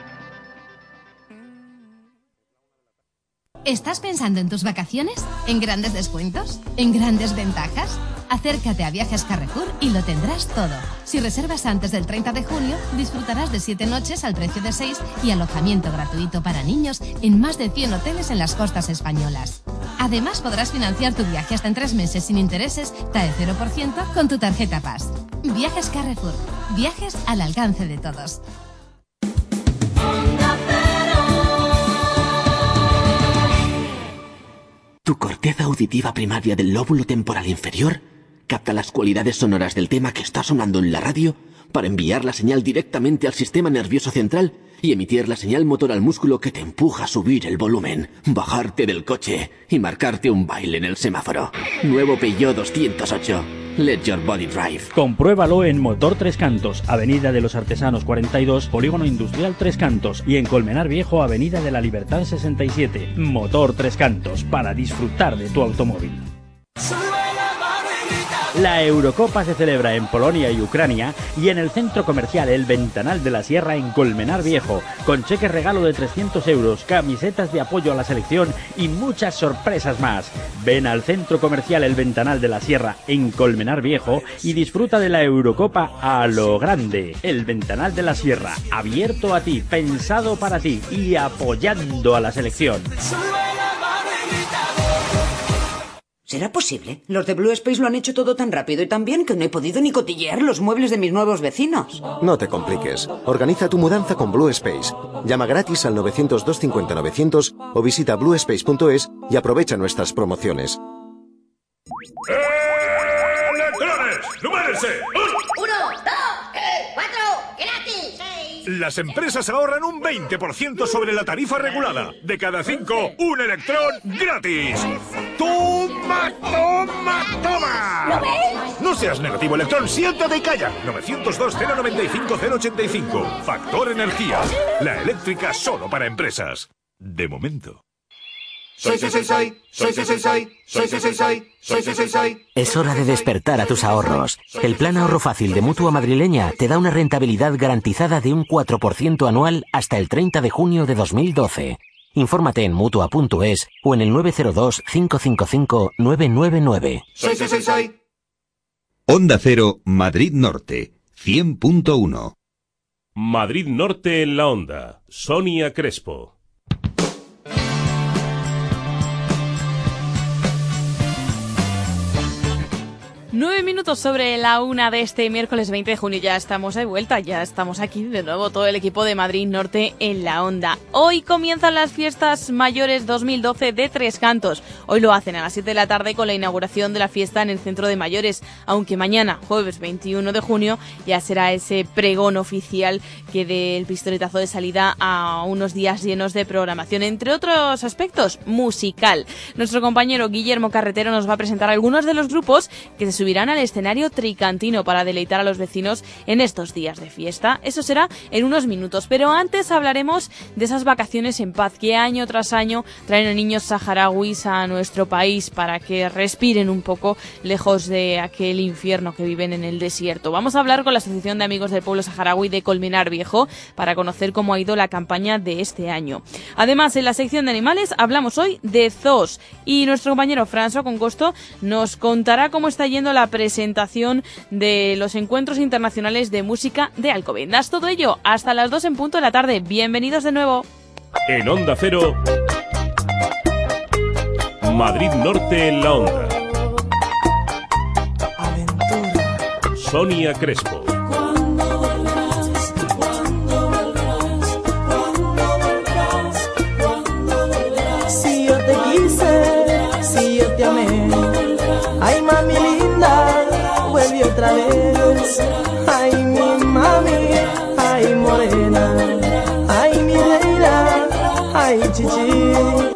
¿Estás pensando en tus vacaciones? ¿En grandes descuentos? ¿En grandes ventajas? Acércate a Viajes Carrefour y lo tendrás todo. Si reservas antes del treinta de junio, disfrutarás de siete noches al precio de seis y alojamiento gratuito para niños en más de cien hoteles en las costas españolas. Además, podrás financiar tu viaje hasta en tres meses sin intereses, T A E cero por ciento con tu tarjeta Paz. Viajes Carrefour. Viajes al alcance de todos. Tu corteza auditiva primaria del lóbulo temporal inferior capta las cualidades sonoras del tema que está sonando en la radio para enviar la señal directamente al sistema nervioso central y emitir la señal motor al músculo que te empuja a subir el volumen, bajarte del coche y marcarte un baile en el semáforo. Nuevo Peugeot doscientos ocho. Let your body drive. Compruébalo en Motor Tres Cantos, Avenida de los Artesanos cuarenta y dos, Polígono Industrial Tres Cantos, y en Colmenar Viejo, Avenida de la Libertad sesenta y siete. Motor Tres Cantos, para disfrutar de tu automóvil. La Eurocopa se celebra en Polonia y Ucrania y en el centro comercial El Ventanal de la Sierra en Colmenar Viejo, con cheque regalo de trescientos euros, camisetas de apoyo a la selección y muchas sorpresas más. Ven al centro comercial El Ventanal de la Sierra en Colmenar Viejo y disfruta de la Eurocopa a lo grande. El Ventanal de la Sierra, abierto a ti, pensado para ti y apoyando a la selección. ¿Será posible? Los de Blue Space lo han hecho todo tan rápido y tan bien que no he podido ni cotillear los muebles de mis nuevos vecinos. No te compliques. Organiza tu mudanza con Blue Space. Llama gratis al novecientos dos cincuenta novecientos o visita blue space punto es y aprovecha nuestras promociones. ¡Electrones! ¡Numérense! ¡Uno, dos, tres, cuatro! ¡Gratis! Seis. Las empresas ahorran un veinte por ciento sobre la tarifa regulada. De cada cinco, un electrón gratis. ¡Toma, toma, toma! ¿Lo ves? No seas negativo, electrón, siéntate y calla. novecientos dos, cero noventa y cinco, cero ochenta y cinco. Factor Energía. La eléctrica solo para empresas. De momento. Soy seis seis seis, soy seis seis seis, soy seis seis seis, soy seis seis seis. Es hora de despertar a tus ahorros. El plan ahorro fácil de Mutua Madrileña te da una rentabilidad garantizada de un cuatro por ciento anual hasta el treinta de junio de dos mil doce. Infórmate en mutua punto es o en el nueve cero dos, cinco cinco cinco, nueve nueve nueve. Soy seis seis seis. Onda Cero, Madrid Norte, cien punto uno. Madrid Norte en la Onda. Sonia Crespo. Nueve minutos sobre la una de este miércoles veinte de junio. Ya estamos de vuelta, ya estamos aquí de nuevo todo el equipo de Madrid Norte en la Onda. Hoy comienzan las fiestas mayores dos mil doce de Tres Cantos. Hoy lo hacen a las siete de la tarde con la inauguración de la fiesta en el Centro de Mayores, aunque mañana, jueves veintiuno de junio, ya será ese pregón oficial que dé el pistoletazo de salida a unos días llenos de programación, entre otros aspectos, musical. Nuestro compañero Guillermo Carretero nos va a presentar algunos de los grupos que se subirán al escenario tricantino para deleitar a los vecinos en estos días de fiesta. Eso será en unos minutos, pero antes hablaremos de esas vacaciones en paz que año tras año traen a niños saharauis a nuestro país para que respiren un poco lejos de aquel infierno que viven en el desierto. Vamos a hablar con la Asociación de Amigos del Pueblo Saharaui de Colmenar Viejo para conocer cómo ha ido la campaña de este año. Además, en la sección de animales hablamos hoy de zoos y nuestro compañero François Congosto nos contará cómo está yendo la pre presentación de los encuentros internacionales de música de Alcobendas. Todo ello hasta las dos en punto de la tarde. Bienvenidos de nuevo. En Onda Cero, Madrid Norte en la Onda. Sonia Crespo. Si yo te quise, si yo te amé, ay mami linda, vuelve otra vez. Ay mi mami, ay morena, ay mi reina, ay chichi.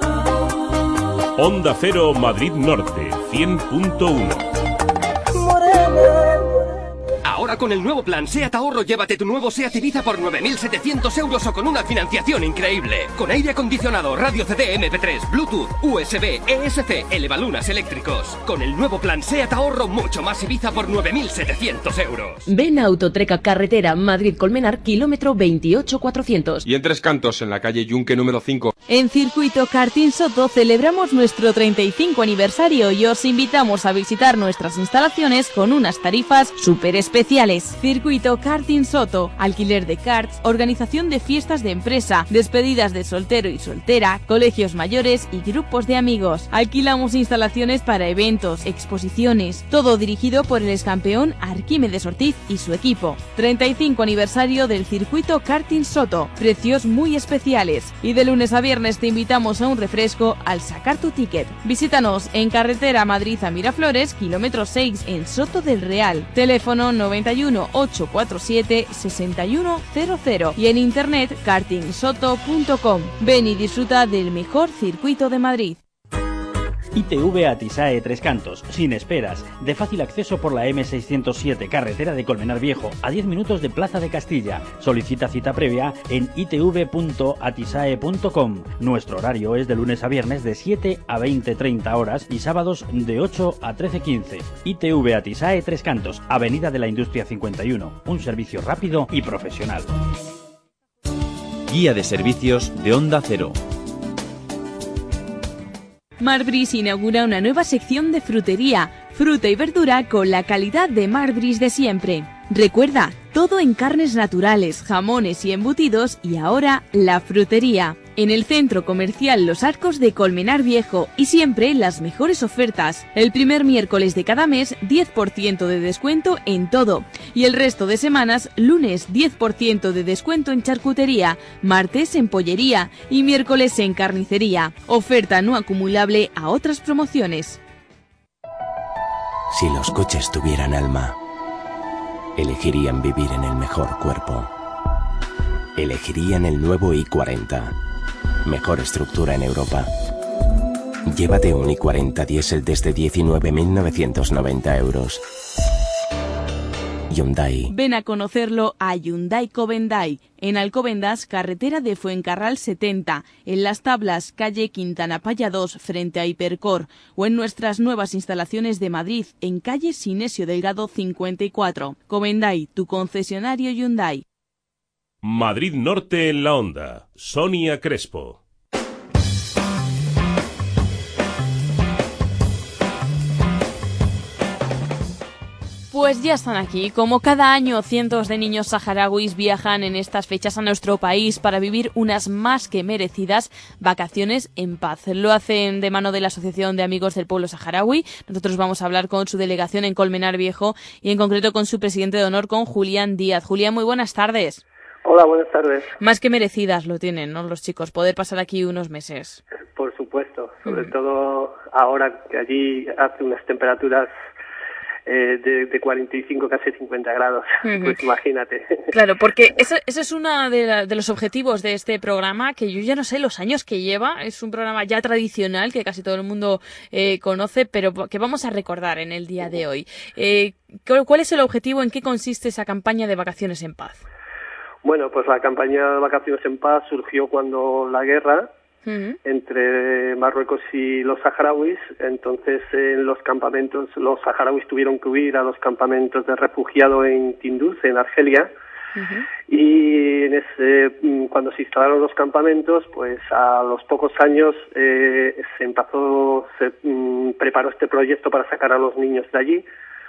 Onda Cero Madrid Norte, cien punto uno. Ahora con el nuevo plan SEAT Ahorro, llévate tu nuevo SEAT Ibiza por nueve mil setecientos euros o con una financiación increíble. Con aire acondicionado, radio C D, eme pe tres, Bluetooth, U S B, E S C, elevalunas eléctricos. Con el nuevo plan SEAT Ahorro, mucho más Ibiza por nueve mil setecientos euros. Ven a Autotreca Carretera Madrid-Colmenar, kilómetro veintiocho cuatrocientos. Y en Tres Cantos, en la calle Yunque número cinco. En Circuito Karting Soto celebramos nuestro treinta y cinco aniversario y os invitamos a visitar nuestras instalaciones con unas tarifas súper especiales. Circuito Karting Soto, alquiler de karts, organización de fiestas de empresa, despedidas de soltero y soltera, colegios mayores y grupos de amigos. Alquilamos instalaciones para eventos, exposiciones, todo dirigido por el excampeón Arquímedes Ortiz y su equipo. treinta y cinco aniversario del Circuito Karting Soto, precios muy especiales. Y de lunes a viernes te invitamos a un refresco al sacar tu ticket. Visítanos en carretera Madrid a Miraflores, kilómetro seis en Soto del Real. Teléfono noventa y uno, ochocientos cuarenta y siete, sesenta y uno cero cero y en internet karting soto punto com. Ven y disfruta del mejor circuito de Madrid. I T V Atisae Tres Cantos, sin esperas, de fácil acceso por la eme seiscientos siete, carretera de Colmenar Viejo, a diez minutos de Plaza de Castilla. Solicita cita previa en i t v punto atisae punto com. Nuestro horario es de lunes a viernes de siete a veinte treinta horas y sábados de ocho a trece quince. I T V Atisae Tres Cantos, Avenida de la Industria cincuenta y uno. Un servicio rápido y profesional. Guía de servicios de Onda Cero. Marbris inaugura una nueva sección de frutería, fruta y verdura con la calidad de Marbris de siempre. Recuerda, todo en carnes naturales, jamones y embutidos y ahora la frutería. En el Centro Comercial Los Arcos de Colmenar Viejo y siempre las mejores ofertas. El primer miércoles de cada mes diez por ciento de descuento en todo y el resto de semanas lunes diez por ciento de descuento en charcutería, martes en pollería y miércoles en carnicería. Oferta no acumulable a otras promociones. Si los coches tuvieran alma, elegirían vivir en el mejor cuerpo. Elegirían el nuevo i cuarenta. Mejor estructura en Europa. Llévate un i cuarenta diésel desde diecinueve mil novecientos noventa euros. Hyundai. Ven a conocerlo a Hyundai Covendai, en Alcobendas, carretera de Fuencarral setenta, en Las Tablas, calle Quintana Paya dos, frente a Hipercor, o en nuestras nuevas instalaciones de Madrid, en calle Sinesio Delgado cincuenta y cuatro. Covendai, tu concesionario Hyundai. Madrid Norte en la Onda. Sonia Crespo. Pues ya están aquí. Como cada año, cientos de niños saharauis viajan en estas fechas a nuestro país para vivir unas más que merecidas vacaciones en paz. Lo hacen de mano de la Asociación de Amigos del Pueblo Saharaui. Nosotros vamos a hablar con su delegación en Colmenar Viejo y en concreto con su presidente de honor, con Julián Díaz. Julián, muy buenas tardes. Hola, buenas tardes. Más que merecidas lo tienen, ¿no?, los chicos, poder pasar aquí unos meses. Por supuesto, sobre mm. todo ahora que allí hace unas temperaturas eh, de, de cuarenta y cinco, casi cincuenta grados, uh-huh. Pues imagínate. Claro, porque ese, ese es uno de, la, de los objetivos de este programa, que yo ya no sé los años que lleva, es un programa ya tradicional que casi todo el mundo eh, conoce, pero que vamos a recordar en el día de hoy. Eh, ¿Cuál es el objetivo? ¿En qué consiste esa campaña de Vacaciones en Paz? Bueno, pues la campaña de Vacaciones en Paz surgió cuando la guerra uh-huh. entre Marruecos y los saharauis. Entonces, en los campamentos, los saharauis tuvieron que huir a los campamentos de refugiados en Tinduz, en Argelia. Uh-huh. Y en ese, cuando se instalaron los campamentos, pues a los pocos años eh, se empezó, se um, preparó este proyecto para sacar a los niños de allí,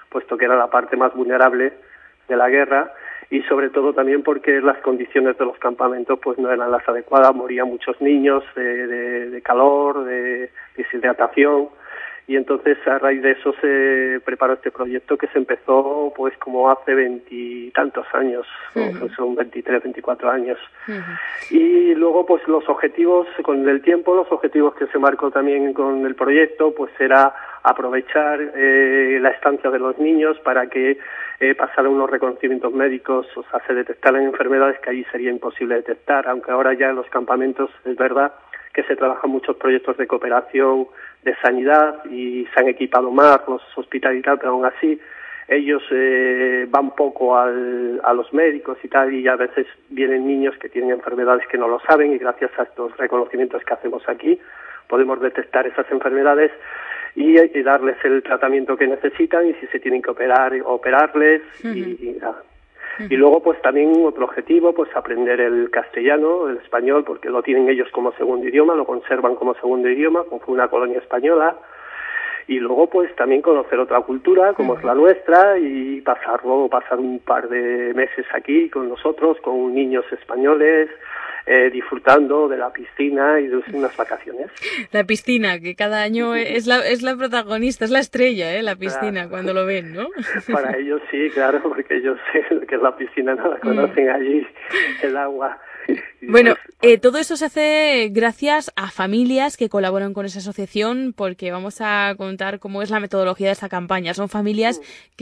puesto que era la parte más vulnerable de la guerra, y sobre todo también porque las condiciones de los campamentos pues no eran las adecuadas, morían muchos niños de, de, de calor, de deshidratación, y entonces a raíz de eso se preparó este proyecto que se empezó pues como hace veintitantos años, uh-huh. son veintitrés, veinticuatro años. Uh-huh. Y luego pues los objetivos, con el tiempo, los objetivos que se marcó también con el proyecto pues era aprovechar eh, la estancia de los niños para que eh, pasaran unos reconocimientos médicos, o sea, se detectaran enfermedades que allí sería imposible detectar, aunque ahora ya en los campamentos es verdad que se trabajan muchos proyectos de cooperación, de sanidad, y se han equipado más los hospitales y tal, pero aún así ellos eh, van poco al, a los médicos y tal, y a veces vienen niños que tienen enfermedades que no lo saben, y gracias a estos reconocimientos que hacemos aquí podemos detectar esas enfermedades y, y darles el tratamiento que necesitan, y si se tienen que operar, operarles. Uh-huh. y, y nada. Y luego pues también otro objetivo, pues aprender el castellano, el español, porque lo tienen ellos como segundo idioma, lo conservan como segundo idioma, como fue una colonia española, y luego pues también conocer otra cultura como uh-huh. es la nuestra, y pasar luego pasar un par de meses aquí con nosotros, con niños españoles, Eh, disfrutando de la piscina y de unas vacaciones. La piscina, que cada año es la es la protagonista, es la estrella, ¿eh? La piscina, claro. Cuando lo ven, ¿no? Para ellos sí, claro, porque ellos que es la piscina no la conocen allí, el agua. Bueno, eh, todo eso se hace gracias a familias que colaboran con esa asociación, porque vamos a contar cómo es la metodología de esta campaña. Son familias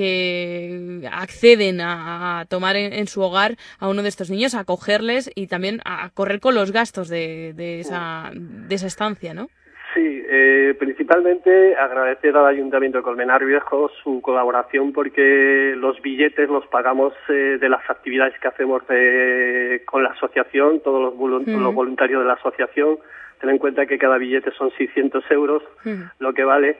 que acceden a, a tomar en, en su hogar a uno de estos niños, a acogerles y también a correr con los gastos de, de, esa, de esa estancia, ¿no? Sí, eh, principalmente agradecer al Ayuntamiento de Colmenar Viejo su colaboración, porque los billetes los pagamos eh, de las actividades que hacemos de, con la asociación, todos los, volunt- uh-huh. los voluntarios de la asociación. Ten en cuenta que cada billete son seiscientos euros, uh-huh. lo que vale.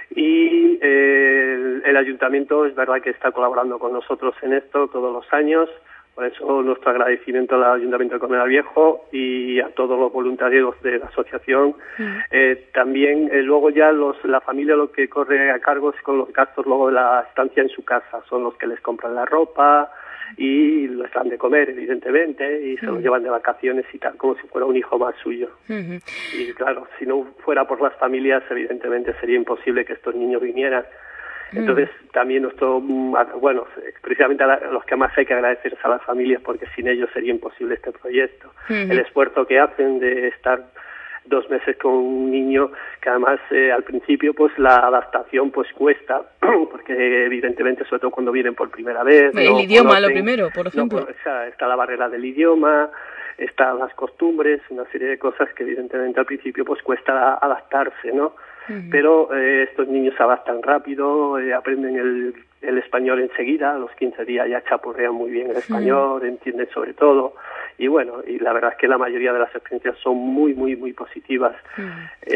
Y eh, el, el Ayuntamiento es verdad que está colaborando con nosotros en esto todos los años. Por eso nuestro agradecimiento al Ayuntamiento de Colmenar Viejo y a todos los voluntarios de la asociación. Mm. Eh, también eh, luego ya los, la familia lo que corre a cargo es con los gastos luego de la estancia en su casa. Son los que les compran la ropa y les dan de comer, evidentemente, y se mm. los llevan de vacaciones y tal, como si fuera un hijo más suyo. Mm-hmm. Y claro, si no fuera por las familias, evidentemente sería imposible que estos niños vinieran. Entonces, también nuestro, bueno, precisamente a, la, a los que más hay que agradecer es a las familias, porque sin ellos sería imposible este proyecto. Uh-huh. El esfuerzo que hacen de estar dos meses con un niño, que además eh, al principio pues la adaptación pues cuesta, porque evidentemente, sobre todo cuando vienen por primera vez. El no idioma, conocen, lo primero, por ejemplo. No, o sea, está la barrera del idioma, están las costumbres, una serie de cosas que evidentemente al principio pues cuesta adaptarse, ¿no? Uh-huh. Pero eh, estos niños se adaptan rápido, eh, aprenden el, el español enseguida, a los quince días ya chapurrean muy bien el español, uh-huh. entienden sobre todo, y bueno, y la verdad es que la mayoría de las experiencias son muy, muy, muy positivas. Uh-huh.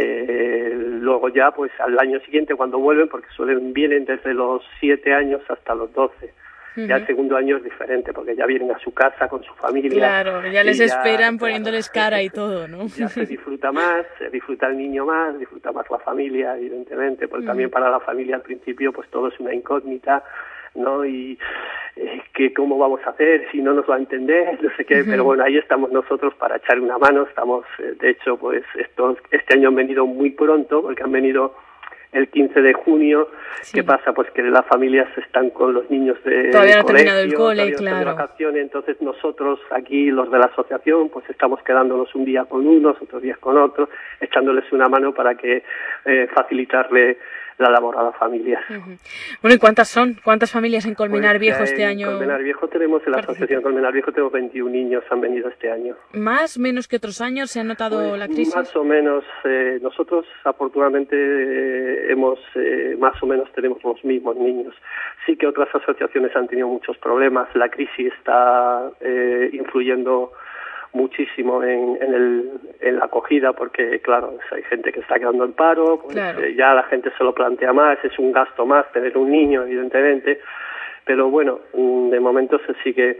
Eh, luego ya, pues al año siguiente cuando vuelven, porque suelen vienen desde los siete años hasta los doce. Ya el segundo año es diferente, porque ya vienen a su casa con su familia. Claro, ya les esperan ya, poniéndoles claro, cara y todo, ¿no? Ya se disfruta más, se disfruta el niño más, disfruta más la familia, evidentemente, porque mm. también para la familia al principio pues todo es una incógnita, ¿no? Y eh, que cómo vamos a hacer, si no nos va a entender, no sé qué, uh-huh. pero bueno, ahí estamos nosotros para echar una mano. Estamos, eh, de hecho, pues estos este año han venido muy pronto, porque han venido el quince de junio. Sí. ¿Qué pasa? Pues que las familias están con los niños de todavía no ha colegio, terminado el cole, claro, de vacaciones, entonces nosotros aquí, los de la asociación, pues estamos quedándonos un día con unos, otros días con otros, echándoles una mano para que eh, facilitarle la labor a las familias. Uh-huh. Bueno, ¿y cuántas son? ¿Cuántas familias en Colmenar pues Viejo este en año? En Colmenar Viejo tenemos, en la asociación Colmenar Viejo tenemos veintiún niños, han venido este año. ¿Más, menos que otros años? ¿Se ha notado pues, la crisis? Más o menos. Eh, nosotros, afortunadamente, eh, hemos, eh, más o menos tenemos los mismos niños. Sí que otras asociaciones han tenido muchos problemas. La crisis está eh, influyendo muchísimo en, en, el, en la acogida, porque claro, hay gente que está quedando en paro, pues claro. eh, ya la gente se lo plantea más, es un gasto más tener un niño, evidentemente, pero bueno, de momento se sigue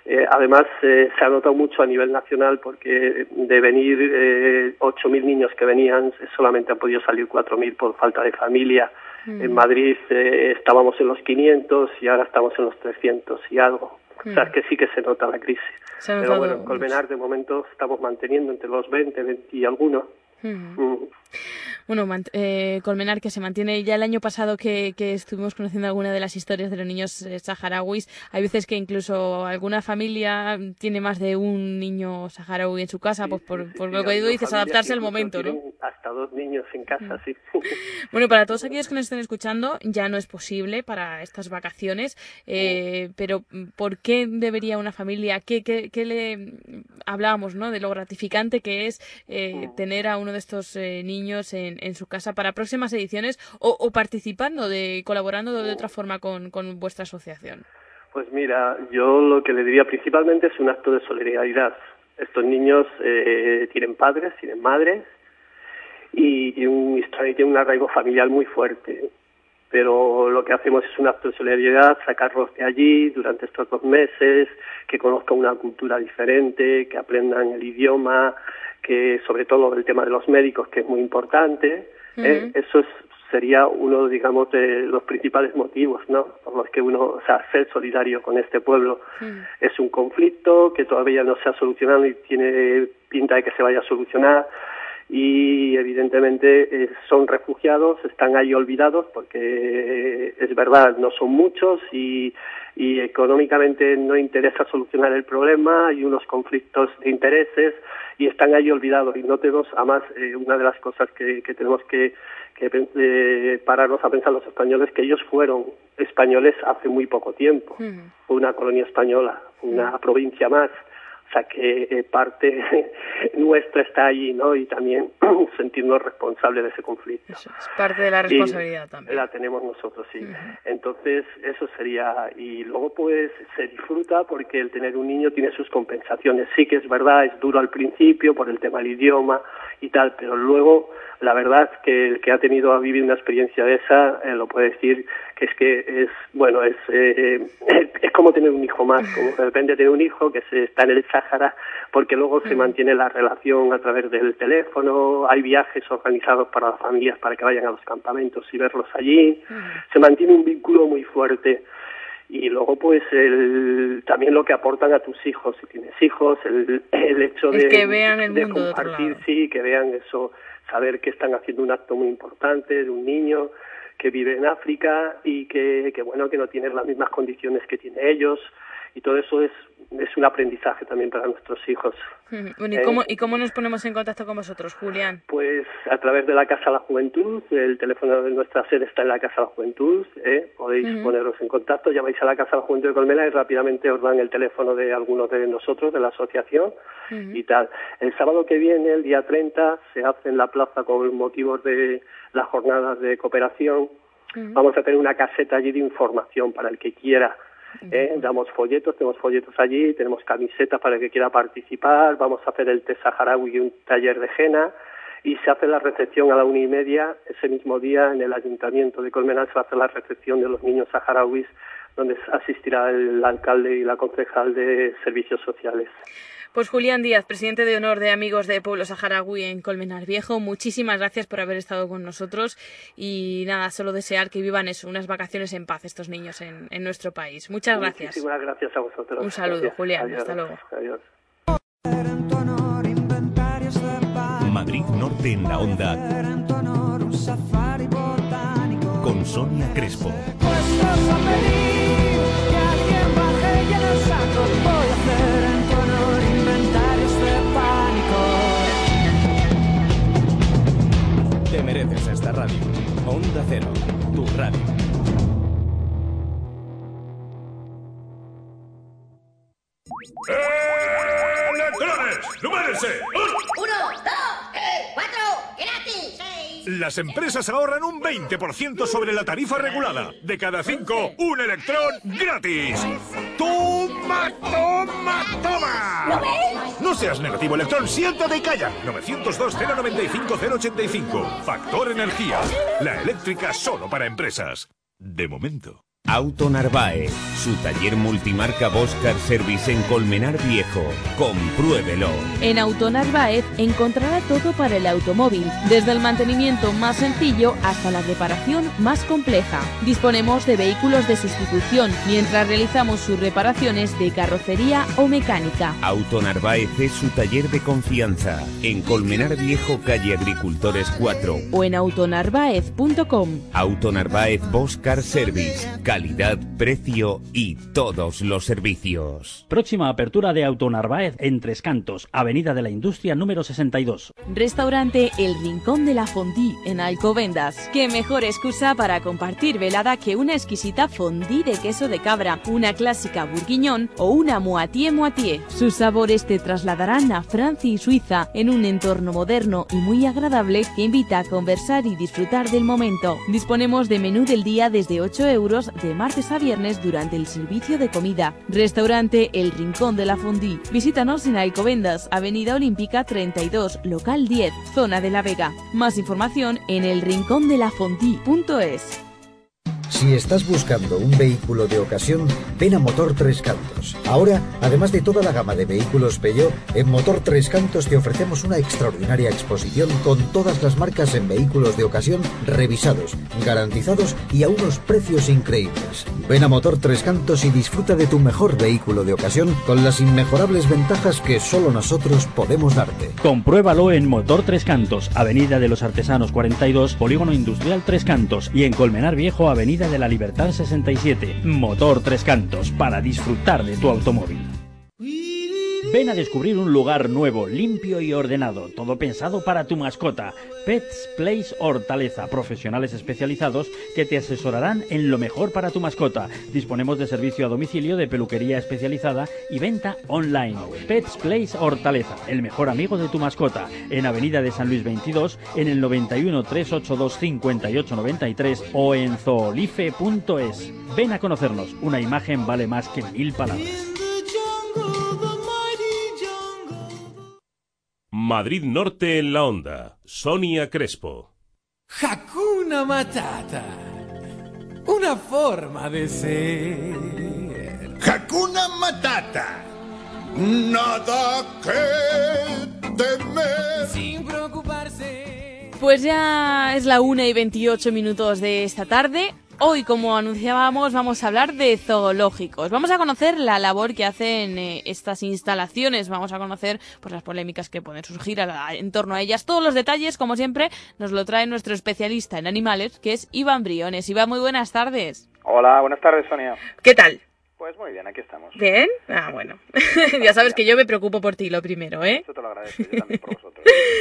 Eh, además, eh, se ha notado mucho a nivel nacional porque de venir eh, ocho mil niños que venían, solamente han podido salir cuatro mil por falta de familia. Mm. En Madrid eh, estábamos en los quinientos y ahora estamos en los trescientos y algo. Mm. O sea, es que sí que se nota la crisis. Pero bueno, en Colmenar de momento estamos manteniendo entre los veinte, veinte y algunos. Mm. Mm. Bueno, eh, Colmenar, que se mantiene ya el año pasado que, que estuvimos conociendo alguna de las historias de los niños eh, saharauis. Hay veces que incluso alguna familia tiene más de un niño saharaui en su casa, sí, pues por, sí, por sí, lo que tú dices, adaptarse al momento, ¿no? Hasta dos niños en casa, sí. Bueno, para todos aquellos que nos estén escuchando, ya no es posible para estas vacaciones, eh, pero ¿por qué debería una familia, qué, qué, qué le hablábamos, ¿no? De lo gratificante que es eh, tener a uno de estos eh, niños en en su casa para próximas ediciones o, o participando, de colaborando de otra forma con, con vuestra asociación? Pues mira, yo lo que le diría principalmente es un acto de solidaridad. Estos niños eh, tienen padres, tienen madres y, y un, tienen un arraigo familiar muy fuerte. Pero lo que hacemos es un acto de solidaridad, sacarlos de allí durante estos dos meses, que conozcan una cultura diferente, que aprendan el idioma, que sobre todo el tema de los médicos, que es muy importante. Uh-huh. ¿eh? Eso es, sería uno, digamos, de los principales motivos, ¿no? Por los que uno, o sea, ser solidario con este pueblo. Uh-huh. Es un conflicto que todavía no se ha solucionado y tiene pinta de que se vaya a solucionar. Y evidentemente eh, son refugiados, están ahí olvidados porque eh, es verdad, no son muchos y, y económicamente no interesa solucionar el problema, hay unos conflictos de intereses y están ahí olvidados. Y no tenemos, además, eh, una de las cosas que, que tenemos que, que eh, pararnos a pensar los españoles, que ellos fueron españoles hace muy poco tiempo. Mm. Fue una colonia española, una mm. provincia más. O sea que eh, parte nuestra está allí, ¿no? Y también sentirnos responsables de ese conflicto. Eso es parte de la responsabilidad y también. La tenemos nosotros, sí. Uh-huh. Entonces, eso sería... Y luego, pues, se disfruta porque el tener un niño tiene sus compensaciones. Sí que es verdad, es duro al principio por el tema del idioma y tal, pero luego, la verdad es que el que ha tenido a vivir una experiencia de esa, eh, lo puede decir, que es que es, bueno, es eh, es como tener un hijo más, como de repente tener un hijo que se está en el Sáhara, porque luego se mantiene la relación a través del teléfono, hay viajes organizados para las familias para que vayan a los campamentos y verlos allí, se mantiene un vínculo muy fuerte. Y luego, pues, el, también lo que aportan a tus hijos, si tienes hijos, el, el hecho de, el que vean el de mundo compartir, de sí, que vean eso, saber que están haciendo un acto muy importante de un niño que vive en África y que, que bueno, que no tiene las mismas condiciones que tienen ellos, y todo eso es, es un aprendizaje también para nuestros hijos. Bueno, ¿y, ¿Eh? cómo, ¿y cómo nos ponemos en contacto con vosotros, Julián? Pues a través de la Casa de la Juventud, el teléfono de nuestra sede está en la Casa de la Juventud, ¿eh? Podéis uh-huh. poneros en contacto, llamáis a la Casa de la Juventud de Colmenar y rápidamente os dan el teléfono de algunos de nosotros, de la asociación, uh-huh. y tal. El sábado que viene, el día treinta, se hace en la plaza con motivos de las jornadas de cooperación. Uh-huh. Vamos a tener una caseta allí de información para el que quiera. ¿Eh? Damos folletos, tenemos folletos allí, tenemos camisetas para el que quiera participar, vamos a hacer el té saharaui y un taller de henna, y se hace la recepción a la una y media, ese mismo día en el Ayuntamiento de Colmenar se va a hacer la recepción de los niños saharauis, donde asistirá el alcalde y la concejal de Servicios Sociales. Pues Julián Díaz, presidente de honor de Amigos de Pueblo Saharaui en Colmenar Viejo, muchísimas gracias por haber estado con nosotros y nada, solo desear que vivan eso, unas vacaciones en paz estos niños en, en nuestro país. Muchas gracias. Muchísimas gracias a vosotros. Un saludo, gracias. Julián. Adiós. Hasta luego. Adiós. Madrid Norte en la Onda con Sonia Crespo. Te mereces esta radio. Onda Cero, tu radio. ¡Electrones! ¡Numérese! Uno, dos, tres, cuatro, gratis, seis. Las empresas ahorran un veinte por ciento sobre la tarifa regulada. De cada cinco, un electrón gratis. ¡Toma, toma, toma! ¿Lo ves? No seas negativo, electrón, siéntate y calla. novecientos dos, cero noventa y cinco, cero ochenta y cinco. Factor Energía. La eléctrica solo para empresas. De momento. Auto Narváez, su taller multimarca Bosch Car Service en Colmenar Viejo. Compruébelo. En Auto Narváez encontrará todo para el automóvil, desde el mantenimiento más sencillo hasta la reparación más compleja. Disponemos de vehículos de sustitución mientras realizamos sus reparaciones de carrocería o mecánica. Auto Narváez es su taller de confianza. En Colmenar Viejo, calle Agricultores cuatro. O en autonarváez punto com. Auto Narváez Bosch Car Service. Calidad, precio y todos los servicios. Próxima apertura de Auto Narváez en Tres Cantos, Avenida de la Industria número sesenta y dos. Restaurante El Rincón de la Fondue en Alcobendas. Qué mejor excusa para compartir velada que una exquisita fondue de queso de cabra, una clásica bourguignon o una moitié moitié. Sus sabores te trasladarán a Francia y Suiza en un entorno moderno y muy agradable que invita a conversar y disfrutar del momento. Disponemos de menú del día desde ocho euros de martes a viernes durante el servicio de comida. Restaurante El Rincón de la Fondue. Visítanos en Alcobendas, Avenida Olímpica treinta y dos, local diez, zona de La Vega. Más información en el rincón de la fondue punto es. Si estás buscando un vehículo de ocasión, ven a Motor Tres Cantos. Ahora, además de toda la gama de vehículos Peugeot, en Motor Tres Cantos te ofrecemos una extraordinaria exposición con todas las marcas en vehículos de ocasión revisados, garantizados y a unos precios increíbles. Ven a Motor Tres Cantos y disfruta de tu mejor vehículo de ocasión con las inmejorables ventajas que solo nosotros podemos darte. Compruébalo en Motor Tres Cantos, Avenida de los Artesanos cuarenta y dos, Polígono Industrial Tres Cantos, y en Colmenar Viejo, Avenida de la Libertad sesenta y siete. Motor Tres Cantos, para disfrutar de tu automóvil. Ven a descubrir un lugar nuevo, limpio y ordenado, todo pensado para tu mascota. Pets Place Hortaleza, profesionales especializados que te asesorarán en lo mejor para tu mascota. Disponemos de servicio a domicilio, de peluquería especializada y venta online. Pets Place Hortaleza, el mejor amigo de tu mascota, en Avenida de San Luis veintidós, en el noventa y uno, trescientos ochenta y dos, cincuenta y ocho noventa y tres o en zoolife punto es. Ven a conocernos, una imagen vale más que mil palabras. Madrid Norte en la Onda. Sonia Crespo. Hakuna Matata. Una forma de ser. Hakuna Matata. Nada que temer. Sin preocuparse. Pues ya es la una y veintiocho minutos de esta tarde. Hoy, como anunciábamos, vamos a hablar de zoológicos. Vamos a conocer la labor que hacen eh, estas instalaciones. Vamos a conocer pues las polémicas que pueden surgir a la, en torno a ellas. Todos los detalles, como siempre, nos lo trae nuestro especialista en animales, que es Iván Briones. Iván, muy buenas tardes. Hola, buenas tardes, Sonia. ¿Qué tal? Pues muy bien, aquí estamos. ¿Bien? Ah, bueno. Ya sabes que yo me preocupo por ti, lo primero, ¿eh? Eso te lo agradezco, yo también por vosotros.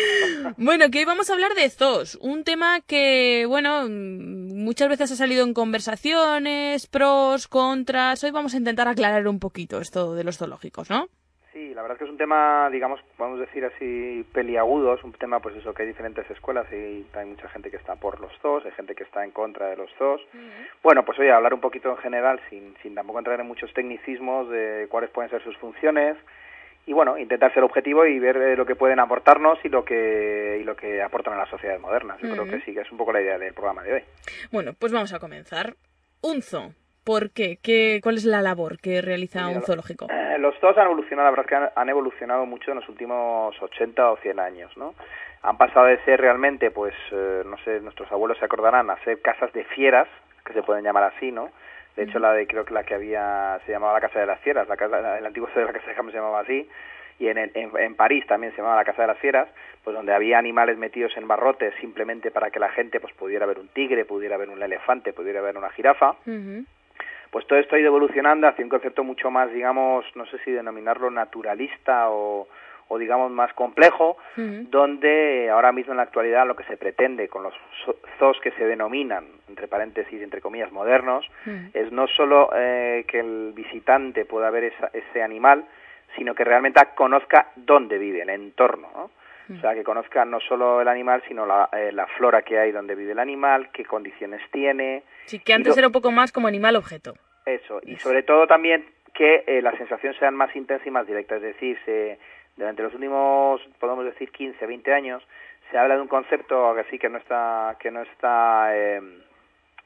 Bueno, que hoy vamos a hablar de zoos. Un tema que, bueno, muchas veces ha salido en conversaciones, pros, contras. Hoy vamos a intentar aclarar un poquito esto de los zoológicos, ¿no? Sí, la verdad es que es un tema, digamos, vamos a decir así, peliagudo. Es un tema, pues eso, que hay diferentes escuelas y hay mucha gente que está por los zoos, hay gente que está en contra de los zoos. Uh-huh. Bueno, pues oye, hablar un poquito en general, sin, sin tampoco entrar en muchos tecnicismos de cuáles pueden ser sus funciones. Y bueno, intentar ser objetivo y ver eh, lo que pueden aportarnos y lo que y lo que aportan a las sociedades modernas. Yo uh-huh. creo que sí, que es un poco la idea del programa de hoy. Bueno, pues vamos a comenzar. Un zoo. ¿Por qué? ¿Qué? ¿Cuál es la labor que realiza Mira, un zoológico? Eh, los zoos han evolucionado, la verdad es que han, han evolucionado mucho en los últimos ochenta o cien años, ¿no? Han pasado de ser realmente, pues, eh, no sé, nuestros abuelos se acordarán, a ser casas de fieras, que se pueden llamar así, ¿no? De hecho, la de creo que la que había se llamaba la Casa de las Fieras, la casa, el antiguo zoo de la Casa de Campo se llamaba así, y en, en, en París también se llamaba la Casa de las Fieras, pues donde había animales metidos en barrotes simplemente para que la gente pues pudiera ver un tigre, pudiera ver un elefante, pudiera ver una jirafa. Uh-huh. Pues todo esto ha ido evolucionando hacia un concepto mucho más, digamos, no sé si denominarlo naturalista o, o digamos más complejo, uh-huh. donde ahora mismo en la actualidad lo que se pretende con los zoos que se denominan, entre paréntesis, entre comillas, modernos, uh-huh. es no solo eh, que el visitante pueda ver esa, ese animal, sino que realmente conozca dónde vive, el entorno, ¿no? O sea, que conozca no solo el animal, sino la, eh, la flora que hay donde vive el animal, qué condiciones tiene. Sí, que antes lo... era un poco más como animal-objeto. Eso, y sobre todo también que eh, las sensaciones sean más intensas y más directas. Es decir, se, durante los últimos, podemos decir, quince, veinte años, se habla de un concepto que sí que no está, que no está eh,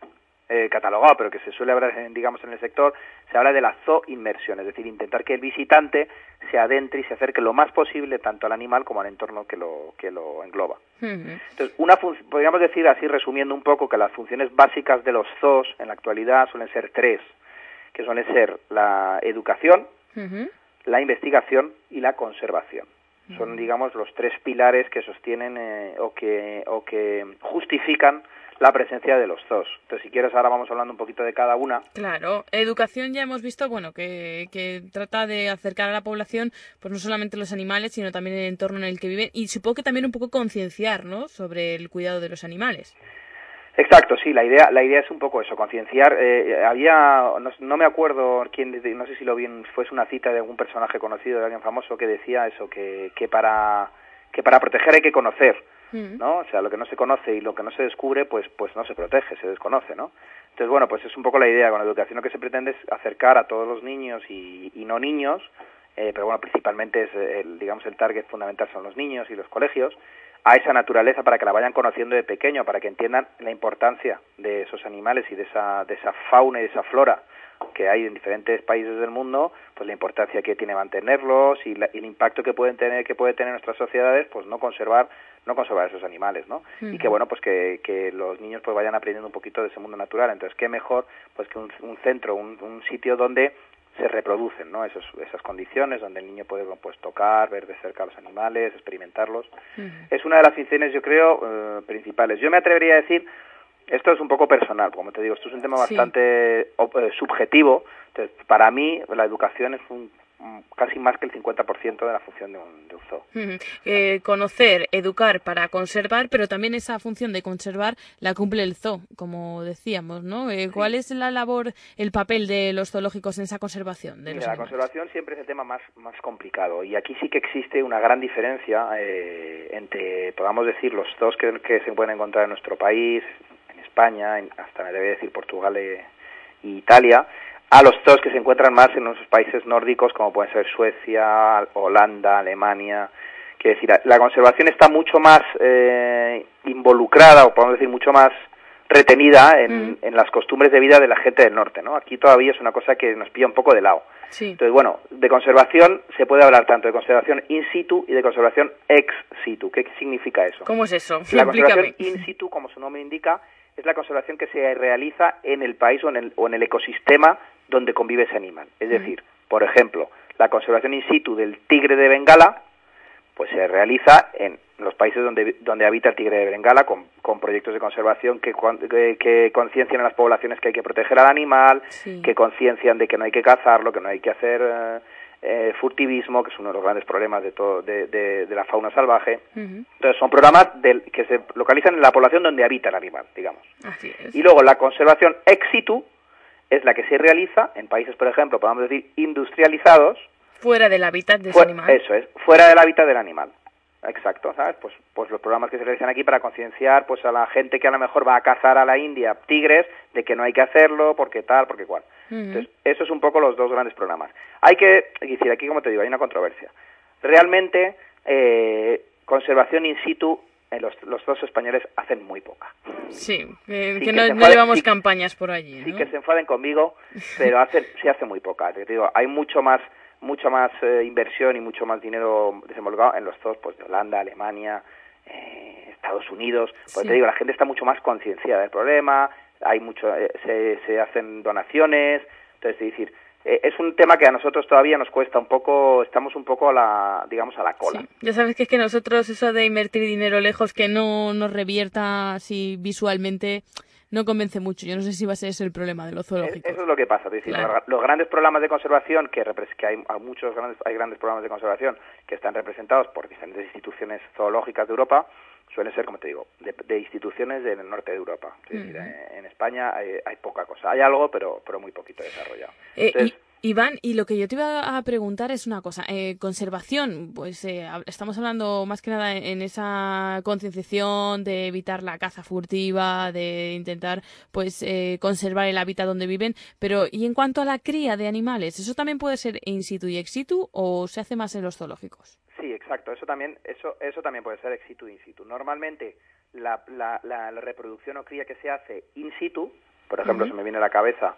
eh, catalogado, pero que se suele hablar, en, digamos, en el sector, se habla de la zooinmersión, es decir, intentar que el visitante se adentre y se acerque lo más posible tanto al animal como al entorno que lo que lo engloba. Uh-huh. Entonces, una fun- podríamos decir así, resumiendo un poco, que las funciones básicas de los zoos en la actualidad suelen ser tres, que suelen ser la educación, Uh-huh. la investigación y la conservación. Son, digamos, los tres pilares que sostienen eh, o que o que justifican la presencia de los zoos. Entonces, si quieres, ahora vamos hablando un poquito de cada una. Claro, educación ya hemos visto, bueno, que, que trata de acercar a la población, pues no solamente los animales, sino también el entorno en el que viven, y supongo que también un poco concienciar, ¿no?, sobre el cuidado de los animales. Exacto, sí, la idea la idea es un poco eso, concienciar. Eh, había, no, no me acuerdo quién, no sé si lo vi, fuese una cita de algún personaje conocido, de alguien famoso, que decía eso, que, que para que para proteger hay que conocer, ¿no? O sea, lo que no se conoce y lo que no se descubre, pues pues no se protege, se desconoce, ¿no? Entonces, bueno, pues es un poco la idea. Con la educación lo que se pretende es acercar a todos los niños y, y no niños, eh, pero bueno, principalmente es el, digamos, el target fundamental son los niños y los colegios, a esa naturaleza para que la vayan conociendo de pequeño, para que entiendan la importancia de esos animales y de esa de esa fauna y de esa flora que hay en diferentes países del mundo, pues la importancia que tiene mantenerlos y, la, y el impacto que pueden tener que puede tener nuestras sociedades, pues no conservar no conservar esos animales, ¿no? Uh-huh. Y que bueno, pues que, que los niños pues vayan aprendiendo un poquito de ese mundo natural. Entonces, qué mejor pues que un, un centro, un, un sitio donde se reproducen, ¿no?, Esos, esas condiciones donde el niño puede pues tocar, ver de cerca a los animales, experimentarlos. Uh-huh. Es una de las funciones, yo creo, eh, principales. Yo me atrevería a decir, esto es un poco personal, como te digo, esto es un tema sí. bastante eh, subjetivo. Entonces, para mí la educación es un, casi más que el cincuenta por ciento de la función de un, de un zoo. Uh-huh. Eh, conocer, educar para conservar, pero también esa función de conservar la cumple el zoo, como decíamos, ¿no? Eh, ¿Cuál sí. es la labor, el papel de los zoológicos en esa conservación de Mira, los la animales? Conservación siempre es el tema más, más complicado, y aquí sí que existe una gran diferencia eh, entre, podamos decir, los zoos que, que se pueden encontrar en nuestro país, en España, en, hasta me debe decir Portugal e Italia, a los zoos que se encuentran más en nuestros países nórdicos, como pueden ser Suecia, Holanda, Alemania. Quiere decir, la conservación está mucho más eh, involucrada, o podemos decir mucho más retenida en, mm. en las costumbres de vida de la gente del norte, ¿no? Aquí todavía es una cosa que nos pilla un poco de lado. Sí. Entonces, bueno, de conservación se puede hablar tanto de conservación in situ y de conservación ex situ. ¿Qué significa eso? ¿Cómo es eso? La conservación in situ, como su nombre indica, es la conservación que se realiza en el país o en el, o en el ecosistema donde convive ese animal. Es decir, uh-huh. por ejemplo, la conservación in situ del tigre de Bengala, pues se realiza en los países donde donde habita el tigre de Bengala, con, con proyectos de conservación que, que, que conciencian a las poblaciones que hay que proteger al animal, sí. que conciencian de que no hay que cazarlo, que no hay que hacer eh, eh, furtivismo, que es uno de los grandes problemas de todo de, de, de la fauna salvaje. Uh-huh. Entonces son programas del, que se localizan en la población donde habita el animal, digamos. Así es. Y luego la conservación ex situ es la que se realiza en países, por ejemplo, podemos decir, industrializados. Fuera del hábitat de ese fu- animal. Eso es, fuera del hábitat del animal. Exacto, ¿sabes? Pues pues los programas que se realizan aquí para concienciar pues a la gente que a lo mejor va a cazar a la India tigres de que no hay que hacerlo, porque tal, porque cual. Uh-huh. Entonces, eso es un poco los dos grandes programas. Hay que decir, aquí como te digo, hay una controversia. Realmente, eh, conservación in situ, eh, los, los dos españoles hacen muy poca. Sí, eh, sí que, que no, no llevamos sí, campañas por allí, ¿no? Sí, que se enfaden conmigo, pero hacen, se hace muy poca. Te digo, hay mucho más mucha más eh, inversión y mucho más dinero desenvolvido en los zoos pues de Holanda, Alemania, eh, Estados Unidos. Porque sí. te digo, la gente está mucho más concienciada del problema, hay mucho, eh, se, se hacen donaciones. Entonces, es decir, eh, es un tema que a nosotros todavía nos cuesta un poco, estamos un poco a la, digamos, a la cola. Sí. Ya sabes que es que nosotros eso de invertir dinero lejos que no nos revierta así visualmente no convence mucho. Yo no sé si va a ser ese el problema de los zoológicos. Eso es lo que pasa. Es decir, claro. los, los grandes programas de conservación, que, que hay, hay muchos grandes, hay grandes programas de conservación que están representados por diferentes instituciones zoológicas de Europa, suelen ser, como te digo, de, de instituciones del norte de Europa. Es decir, uh-huh. en, en España hay, hay poca cosa. Hay algo, pero pero muy poquito desarrollado. Eh, Entonces, y... Iván, y lo que yo te iba a preguntar es una cosa. Eh, conservación, pues eh, estamos hablando más que nada en esa concienciación de evitar la caza furtiva, de intentar pues eh, conservar el hábitat donde viven, pero ¿y en cuanto a la cría de animales? ¿Eso también puede ser in situ y ex situ o se hace más en los zoológicos? Sí, exacto. Eso también eso eso también puede ser ex situ e in situ. Normalmente la, la, la, la reproducción o cría que se hace in situ Por ejemplo, Uh-huh. se me viene a la cabeza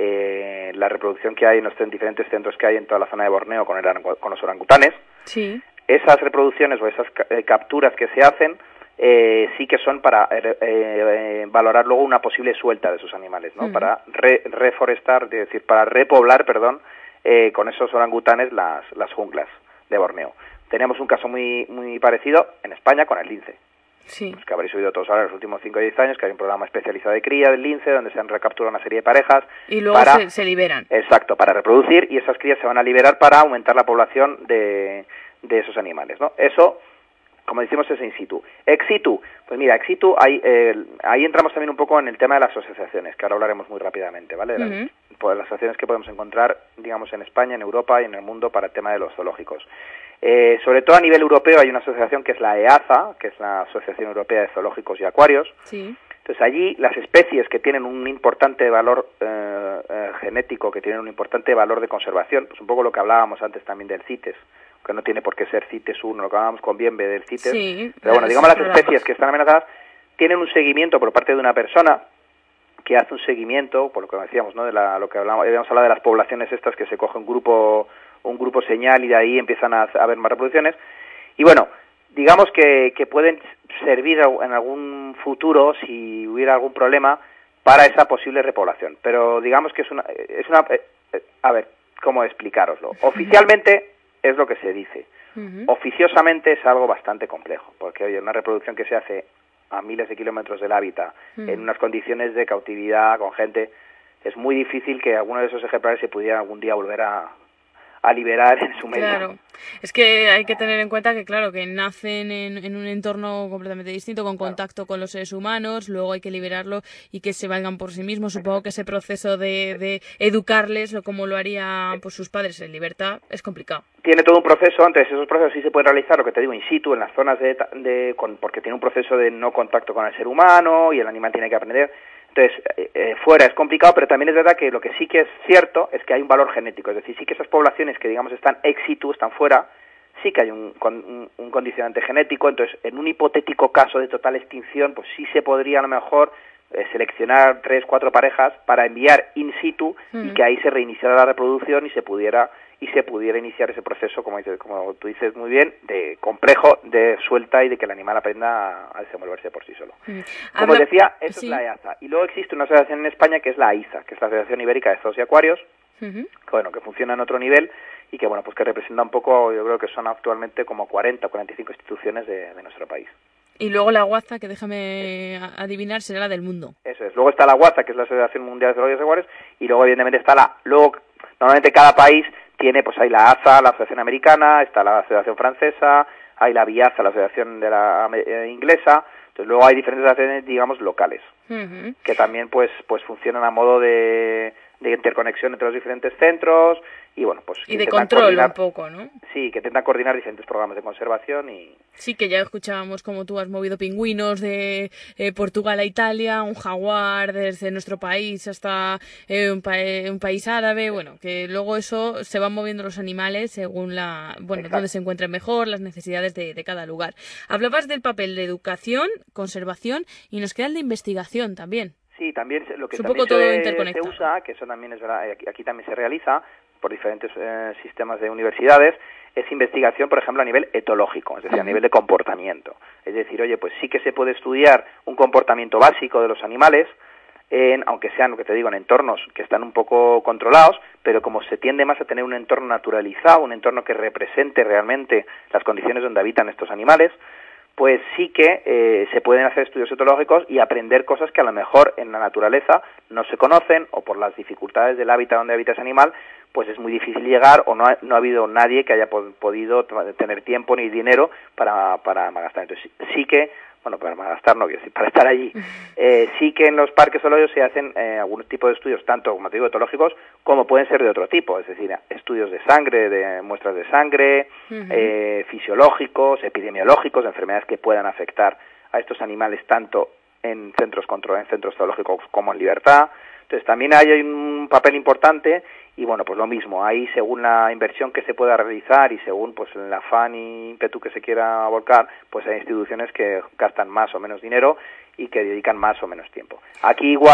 eh, la reproducción que hay en los diferentes centros que hay en toda la zona de Borneo con, el, con los orangutanes. Sí. Esas reproducciones o esas eh, capturas que se hacen eh, sí que son para eh, eh, valorar luego una posible suelta de esos animales, ¿no? Uh-huh. Para re, reforestar, es decir, para repoblar, perdón, eh, con esos orangutanes las, las junglas de Borneo. Tenemos un caso muy muy parecido en España con el lince. Sí. Pues que habréis oído todos ahora en los últimos cinco o diez años que hay un programa especializado de cría del lince donde se han recapturado una serie de parejas. Y luego para, se, se liberan. Exacto, para reproducir, y esas crías se van a liberar para aumentar la población de, de esos animales, ¿no? Eso, como decimos, es in situ. Ex situ, pues mira, ex situ, hay, eh, ahí entramos también un poco en el tema de las asociaciones, que ahora hablaremos muy rápidamente, ¿vale? De las, uh-huh. pues, las asociaciones que podemos encontrar, digamos, en España, en Europa y en el mundo para el tema de los zoológicos. Eh, sobre todo a nivel europeo hay una asociación que es la E A Z A, que es la Asociación Europea de Zoológicos y Acuarios. Sí. Entonces allí las especies que tienen un importante valor eh, eh, genético, que tienen un importante valor de conservación, pues un poco lo que hablábamos antes también del CITES, que no tiene por qué ser CITES uno, lo que hablábamos con Bienve del CITES, sí, pero bueno, digamos las especies que están amenazadas tienen un seguimiento por parte de una persona que hace un seguimiento, por lo que decíamos, ¿no? De la, lo que hablamos, habíamos hablado de las poblaciones estas que se coge un grupo un grupo señal y de ahí empiezan a, a haber más reproducciones. Y bueno, digamos que, que pueden servir en algún futuro, si hubiera algún problema, para esa posible repoblación. Pero digamos que es una... es una eh, eh, a ver, ¿cómo explicároslo? Oficialmente es lo que se dice. Uh-huh. Oficiosamente es algo bastante complejo, porque oye, una reproducción que se hace a miles de kilómetros del hábitat, uh-huh. en unas condiciones de cautividad, con gente, es muy difícil que alguno de esos ejemplares se pudiera algún día volver a... a liberar en su medio. Claro, es que hay que tener en cuenta que claro, que nacen en, en un entorno completamente distinto, con contacto claro. con los seres humanos, luego hay que liberarlo y que se valgan por sí mismos. Supongo que ese proceso de, de educarles, o como lo harían pues, sus padres en libertad, es complicado. Tiene todo un proceso, antes esos procesos sí se pueden realizar, lo que te digo, in situ, en las zonas de, de con, porque tiene un proceso de no contacto con el ser humano y el animal tiene que aprender. Entonces, eh, fuera es complicado, pero también es verdad que lo que sí que es cierto es que hay un valor genético, es decir, sí que esas poblaciones que, digamos, están ex situ, están fuera, sí que hay un, un, un condicionante genético. Entonces, en un hipotético caso de total extinción, pues sí se podría a lo mejor eh, seleccionar tres, cuatro parejas para enviar in situ uh-huh. y que ahí se reiniciara la reproducción y se pudiera y se pudiera iniciar ese proceso, como dices, como tú dices muy bien, de complejo, de suelta y de que el animal aprenda a desenvolverse por sí solo. Mm. Como Habla... decía, eso sí. es la E A Z A. Y luego existe una asociación en España que es la A I Z A, que es la Asociación Ibérica de Zoos y Acuarios, uh-huh. que, bueno, que funciona en otro nivel y que, bueno, pues que representa un poco, yo creo que son actualmente como cuarenta o cuarenta y cinco instituciones de, de nuestro país. Y luego la WAZA, que déjame adivinar, será la del mundo. Eso es. Luego está la WAZA, que es la Asociación Mundial de Zoología y Acuarios, y luego evidentemente está la... Luego, normalmente cada país tiene, pues hay la A Z A, la Asociación Americana, está la Asociación Francesa, hay la BIAZA, la Asociación de la eh, Inglesa. Entonces luego hay diferentes asociaciones, digamos, locales, uh-huh. que también pues pues funcionan a modo de, de interconexión entre los diferentes centros y bueno, pues y de control un poco, ¿no? Sí, que intentan coordinar diferentes programas de conservación y... Sí, que ya escuchábamos como tú has movido pingüinos de eh, Portugal a Italia, un jaguar desde nuestro país hasta eh, un, pa un país árabe, bueno, que luego eso se van moviendo los animales según la, bueno, Exacto. donde se encuentren mejor, las necesidades de, de cada lugar. Hablabas del papel de educación, conservación y nos queda el de investigación también. Sí, también lo que también todo se, se usa, que eso también es verdad, aquí, aquí también se realiza por diferentes eh, sistemas de universidades, es investigación, por ejemplo, a nivel etológico, es decir, a nivel de comportamiento. Es decir, oye, pues sí que se puede estudiar un comportamiento básico de los animales, en, aunque sean, lo que te digo, en entornos que están un poco controlados, pero como se tiende más a tener un entorno naturalizado, un entorno que represente realmente las condiciones donde habitan estos animales, pues sí que eh, se pueden hacer estudios etológicos y aprender cosas que a lo mejor en la naturaleza no se conocen, o por las dificultades del hábitat donde habita ese animal, pues es muy difícil llegar, o no ha, no ha habido nadie que haya po podido tener tiempo ni dinero para, para malgastar. Entonces sí que, bueno, para malgastar no, quiero decir, para estar allí, eh, sí que en los parques zoológicos se hacen eh, algún tipo de estudios, tanto, como te digo, etológicos, como pueden ser de otro tipo, es decir, estudios de sangre, de muestras de sangre, uh-huh. eh, fisiológicos, epidemiológicos, de enfermedades que puedan afectar a estos animales tanto en centros control, en centros zoológicos como en libertad. Entonces también hay un papel importante y bueno, pues lo mismo, ahí según la inversión que se pueda realizar y según pues el afán y ímpetu que se quiera volcar, pues hay instituciones que gastan más o menos dinero y que dedican más o menos tiempo. Aquí igual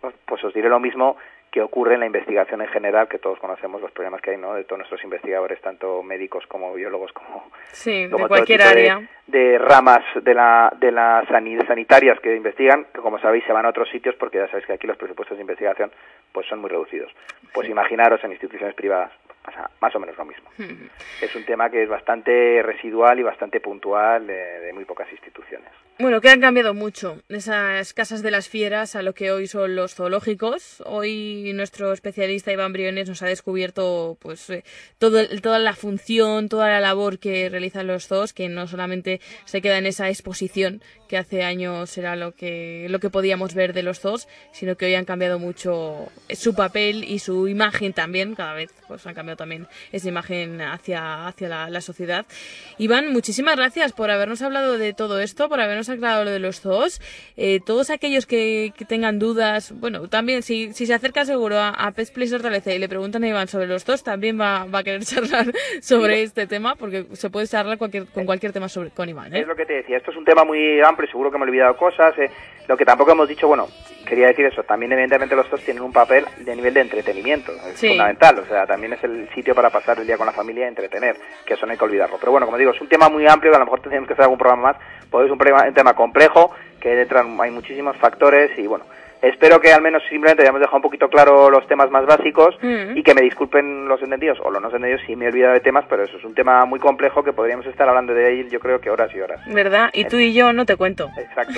pues, pues os diré lo mismo que ocurre en la investigación en general, que todos conocemos los problemas que hay, ¿no? De todos nuestros investigadores, tanto médicos como biólogos, como, sí, como de cualquier todo tipo área. De, de ramas de la de las sanitarias que investigan, que como sabéis se van a otros sitios porque ya sabéis que aquí los presupuestos de investigación pues son muy reducidos. Pues sí. Imaginaros en instituciones privadas pasa más o menos lo mismo. Mm. Es un tema que es bastante residual y bastante puntual de, de muy pocas instituciones. Bueno, que han cambiado mucho esas casas de las fieras a lo que hoy son los zoológicos. Hoy nuestro especialista Iván Briones nos ha descubierto pues eh, todo, toda la función, toda la labor que realizan los zoos, que no solamente se queda en esa exposición que hace años era lo que lo que podíamos ver de los zoos, sino que hoy han cambiado mucho su papel y su imagen también, cada vez pues han cambiado también esa imagen hacia, hacia la, la sociedad. Iván, muchísimas gracias por habernos hablado de todo esto, por habernos aclarado lo de los zoos. Eh, todos aquellos que, que tengan dudas, bueno, también si, si se acerca seguro a, a Pets Place Hortaleza y le preguntan a Iván sobre los zoos, también va, va a querer charlar sobre sí. este tema, porque se puede charlar cualquier, con cualquier tema sobre, con Iván, ¿eh? Es lo que te decía, esto es un tema muy amplio, seguro que me he olvidado cosas, eh, lo que tampoco hemos dicho, bueno, quería decir eso, también evidentemente los zoos tienen un papel de nivel de entretenimiento, es sí. fundamental, o sea, también es el sitio para pasar el día con la familia y entretener, que eso no hay que olvidarlo. Pero bueno, como digo, es un tema muy amplio, que a lo mejor tenemos que hacer algún programa más, pues es un, problema, un tema complejo, que detrás hay muchísimos factores y bueno, espero que al menos simplemente hayamos dejado un poquito claro los temas más básicos mm. y que me disculpen los entendidos o los no entendidos si me he olvidado de temas, pero eso es un tema muy complejo que podríamos estar hablando de él yo creo que horas y horas. ¿Verdad? Y tú y yo no te cuento. Exacto.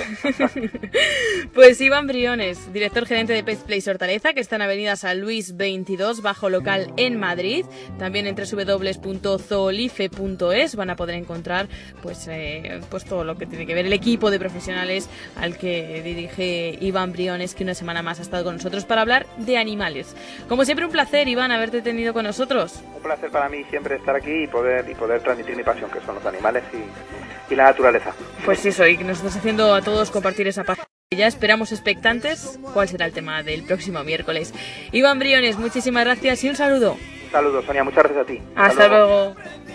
Pues Iván Briones, director gerente de Pets Place Hortaleza, que está en Avenida San Luis veintidós, bajo local en Madrid. También en doble u doble u doble u punto zoolife punto es van a poder encontrar pues, eh, pues todo lo que tiene que ver el equipo de profesionales al que dirige Iván Briones, que una semana más ha estado con nosotros para hablar de animales. Como siempre, un placer, Iván, haberte tenido con nosotros. Un placer para mí siempre estar aquí y poder y poder transmitir mi pasión, que son los animales y, y la naturaleza. Pues sí, soy, nos estás haciendo a todos compartir esa pasión. Ya esperamos expectantes cuál será el tema del próximo miércoles. Iván Briones, muchísimas gracias y un saludo. Un saludo, Sonia, muchas gracias a ti. Hasta, Hasta luego.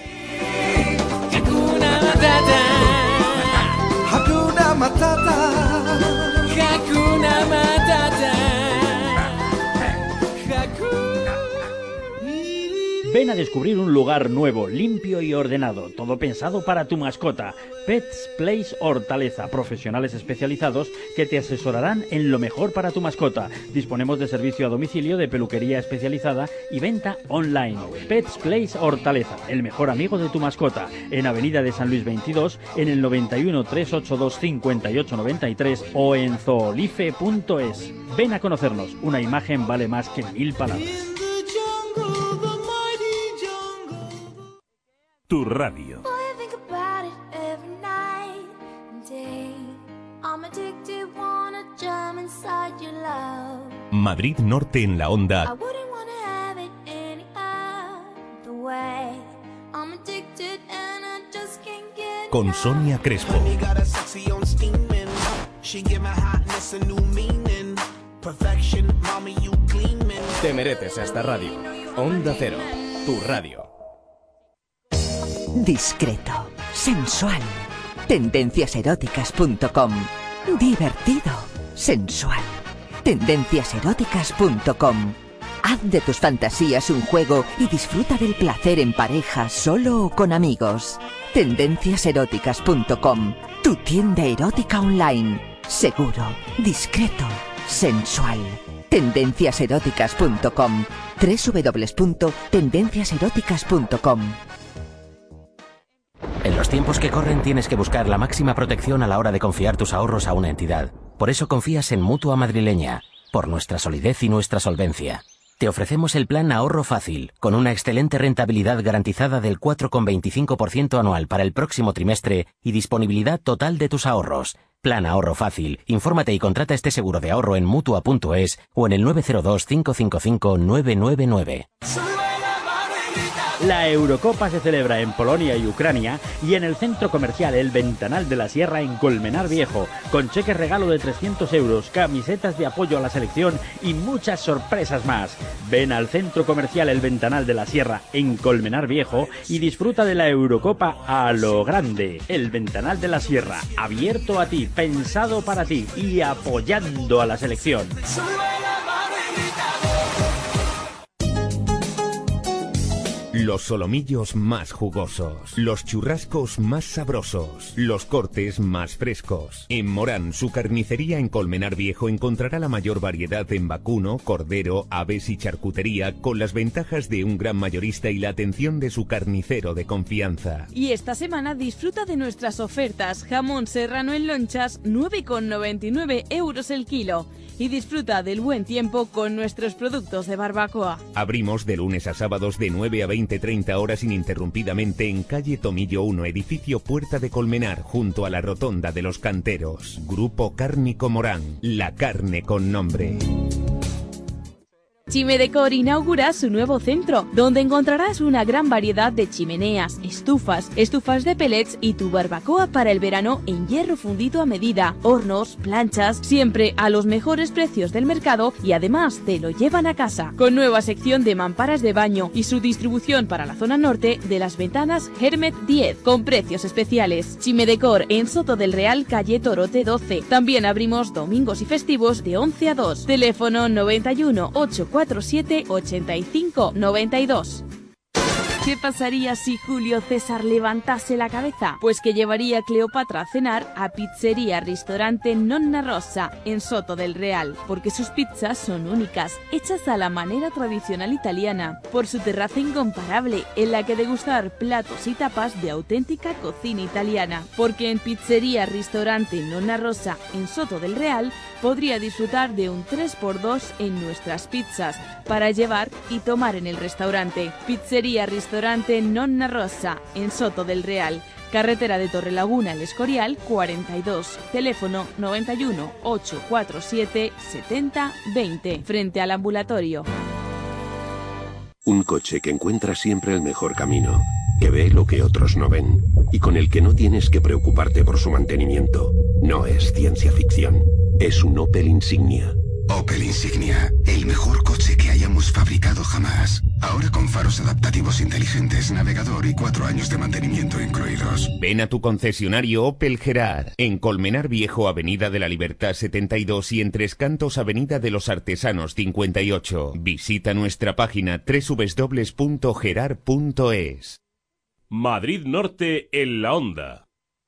luego. Hakuna Matata. Hakuna Matata. Ven a descubrir un lugar nuevo, limpio y ordenado, todo pensado para tu mascota. Pets Place Hortaleza, profesionales especializados que te asesorarán en lo mejor para tu mascota. Disponemos de servicio a domicilio, de peluquería especializada y venta online. Pets Place Hortaleza, el mejor amigo de tu mascota. En Avenida de San Luis veintidós, en el noventa y uno, trescientos ochenta y dos, cincuenta y ocho noventa y tres o en zoolife punto es. Ven a conocernos, una imagen vale más que mil palabras. Tu radio. Madrid Norte en la onda. Con Sonia Crespo. Te mereces esta radio. Onda Cero, tu radio. Discreto, sensual. tendencias eróticas punto com. Divertido, sensual. tendencias eróticas punto com. Haz de tus fantasías un juego y disfruta del placer en pareja, solo o con amigos. tendencias eróticas punto com. Tu tienda erótica online. Seguro, discreto, sensual. tendencias eróticas punto com. doble u doble u doble u punto tendencias eróticas punto com. En los tiempos que corren tienes que buscar la máxima protección a la hora de confiar tus ahorros a una entidad. Por eso confías en Mutua Madrileña, por nuestra solidez y nuestra solvencia. Te ofrecemos el plan Ahorro Fácil, con una excelente rentabilidad garantizada del cuatro coma veinticinco por ciento anual para el próximo trimestre y disponibilidad total de tus ahorros. Plan Ahorro Fácil. Infórmate y contrata este seguro de ahorro en Mutua punto es o en el nueve cero dos, cinco cinco cinco, nueve nueve nueve. La Eurocopa se celebra en Polonia y Ucrania y en el centro comercial El Ventanal de la Sierra en Colmenar Viejo, con cheque regalo de trescientos euros, camisetas de apoyo a la selección y muchas sorpresas más. Ven al centro comercial El Ventanal de la Sierra en Colmenar Viejo y disfruta de la Eurocopa a lo grande. El Ventanal de la Sierra, abierto a ti, pensado para ti y apoyando a la selección. los solomillos más jugosos, los churrascos más sabrosos, los cortes más frescos. En Morán, su carnicería en Colmenar Viejo, encontrará la mayor variedad en vacuno, cordero, aves y charcutería, con las ventajas de un gran mayorista y la atención de su carnicero de confianza. Y esta semana disfruta de nuestras ofertas. Jamón serrano en lonchas, nueve con noventa y nueve euros el kilo. Y disfruta del buen tiempo con nuestros productos de barbacoa. Abrimos de lunes a sábados de nueve a veinte treinta horas ininterrumpidamente en calle Tomillo uno, edificio Puerta de Colmenar, junto a la Rotonda de los Canteros. Grupo Cárnico Morán, la carne con nombre. Chimedecor inaugura su nuevo centro, donde encontrarás una gran variedad de chimeneas, estufas, estufas de pellets y tu barbacoa para el verano en hierro fundido a medida, hornos, planchas, siempre a los mejores precios del mercado y además te lo llevan a casa. Con nueva sección de mamparas de baño y su distribución para la zona norte de las ventanas Hermet diez, con precios especiales. Chimedecor en Soto del Real, calle Torote doce. También abrimos domingos y festivos de once a dos. Teléfono noventa y uno, ochenta y cuatro siete, ochenta y cinco, noventa y dos. ¿Qué pasaría si Julio César levantase la cabeza? Pues que llevaría a Cleopatra a cenar a Pizzería Ristorante Nonna Rosa en Soto del Real, porque sus pizzas son únicas, hechas a la manera tradicional italiana, por su terraza incomparable, en la que degustar platos y tapas de auténtica cocina italiana, porque en Pizzería Ristorante Nonna Rosa en Soto del Real podría disfrutar de un tres por dos en nuestras pizzas, para llevar y tomar en el restaurante. Pizzería Ristorante Restaurante Nonna Rosa, en Soto del Real, carretera de Torrelaguna, El Escorial, cuarenta y dos, teléfono noventa y uno, ochenta y cuatro siete, setenta, veinte, frente al ambulatorio. Un coche que encuentra siempre el mejor camino, que ve lo que otros no ven, y con el que no tienes que preocuparte por su mantenimiento. No es ciencia ficción, es un Opel Insignia. Opel Insignia, el mejor coche que hayamos fabricado jamás. Ahora con faros adaptativos inteligentes, navegador y cuatro años de mantenimiento incluidos. Ven a tu concesionario Opel Gerard, en Colmenar Viejo, Avenida de la Libertad setenta y dos, y en Tres Cantos, Avenida de los Artesanos cincuenta y ocho. Visita nuestra página doble u doble u doble u punto gerard punto es. Madrid Norte en la onda.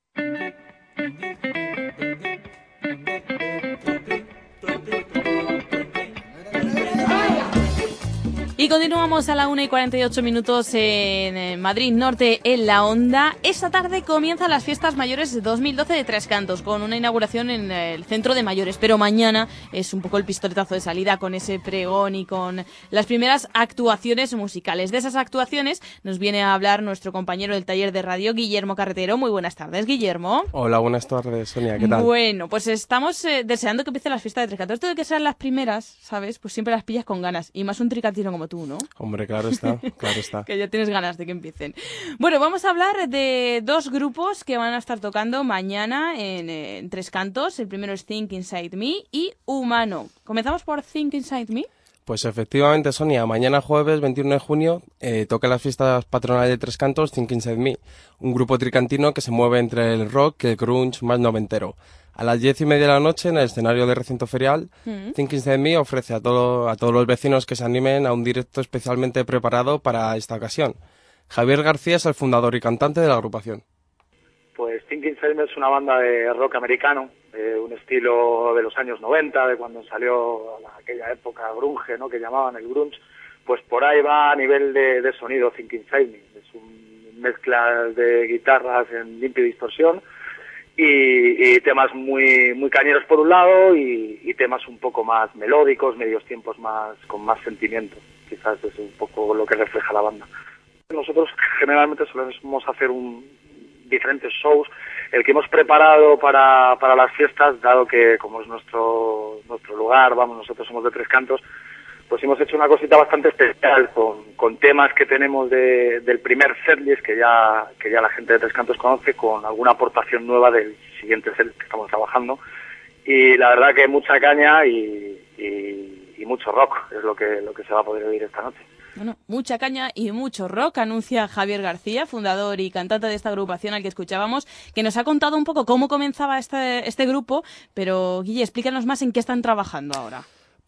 Y continuamos a la una y cuarenta y ocho minutos en Madrid Norte en la onda. Esta tarde comienzan las fiestas mayores de dos mil doce de Tres Cantos, con una inauguración en el centro de mayores, pero mañana es un poco el pistoletazo de salida con ese pregón y con las primeras actuaciones musicales. De esas actuaciones nos viene a hablar nuestro compañero del taller de radio, Guillermo Carretero. Muy buenas tardes, Guillermo. Hola, buenas tardes, Sonia, ¿qué tal? Bueno, pues estamos eh, deseando que empiecen las fiestas de Tres Cantos. Esto de que sean las primeras, ¿sabes? Pues siempre las pillas con ganas, y más un tricantino como tú, ¿no? Hombre, claro está, claro está. Que ya tienes ganas de que empiecen. Bueno, vamos a hablar de dos grupos que van a estar tocando mañana en, en Tres Cantos. El primero es Think Inside Me y Humano. ¿Comenzamos por Think Inside Me? Pues efectivamente, Sonia, mañana jueves veintiuno de junio eh, toca las fiestas patronales de Tres Cantos Think Inside Me, un grupo tricantino que se mueve entre el rock y el grunge más noventero. A las diez y media de la noche, en el escenario del recinto ferial, mm. Think Inside Me ofrece a, todo, a todos los vecinos que se animen a un directo especialmente preparado para esta ocasión. Javier García es el fundador y cantante de la agrupación. Pues Think Inside Me es una banda de rock americano, de un estilo de los años noventa, de cuando salió aquella época grunge, ¿no?, que llamaban el grunge. Pues por ahí va a nivel de, de sonido Think Inside Me. Es una mezcla de guitarras en limpia distorsión, Y, y temas muy muy cañeros por un lado y, y temas un poco más melódicos, medios tiempos más con más sentimiento. Quizás es un poco lo que refleja la banda. Nosotros generalmente solemos hacer un, diferentes shows. El que hemos preparado para, para las fiestas, dado que como es nuestro nuestro lugar, vamos, nosotros somos de Tres Cantos, pues hemos hecho una cosita bastante especial con, con temas que tenemos de, del primer setlist que ya que ya la gente de Tres Cantos conoce, con alguna aportación nueva del siguiente setlist que estamos trabajando, y la verdad que mucha caña y, y, y mucho rock es lo que lo que se va a poder oír esta noche. Bueno, mucha caña y mucho rock, anuncia Javier García, fundador y cantante de esta agrupación al que escuchábamos, que nos ha contado un poco cómo comenzaba este, este grupo, pero Guille, explícanos más en qué están trabajando ahora.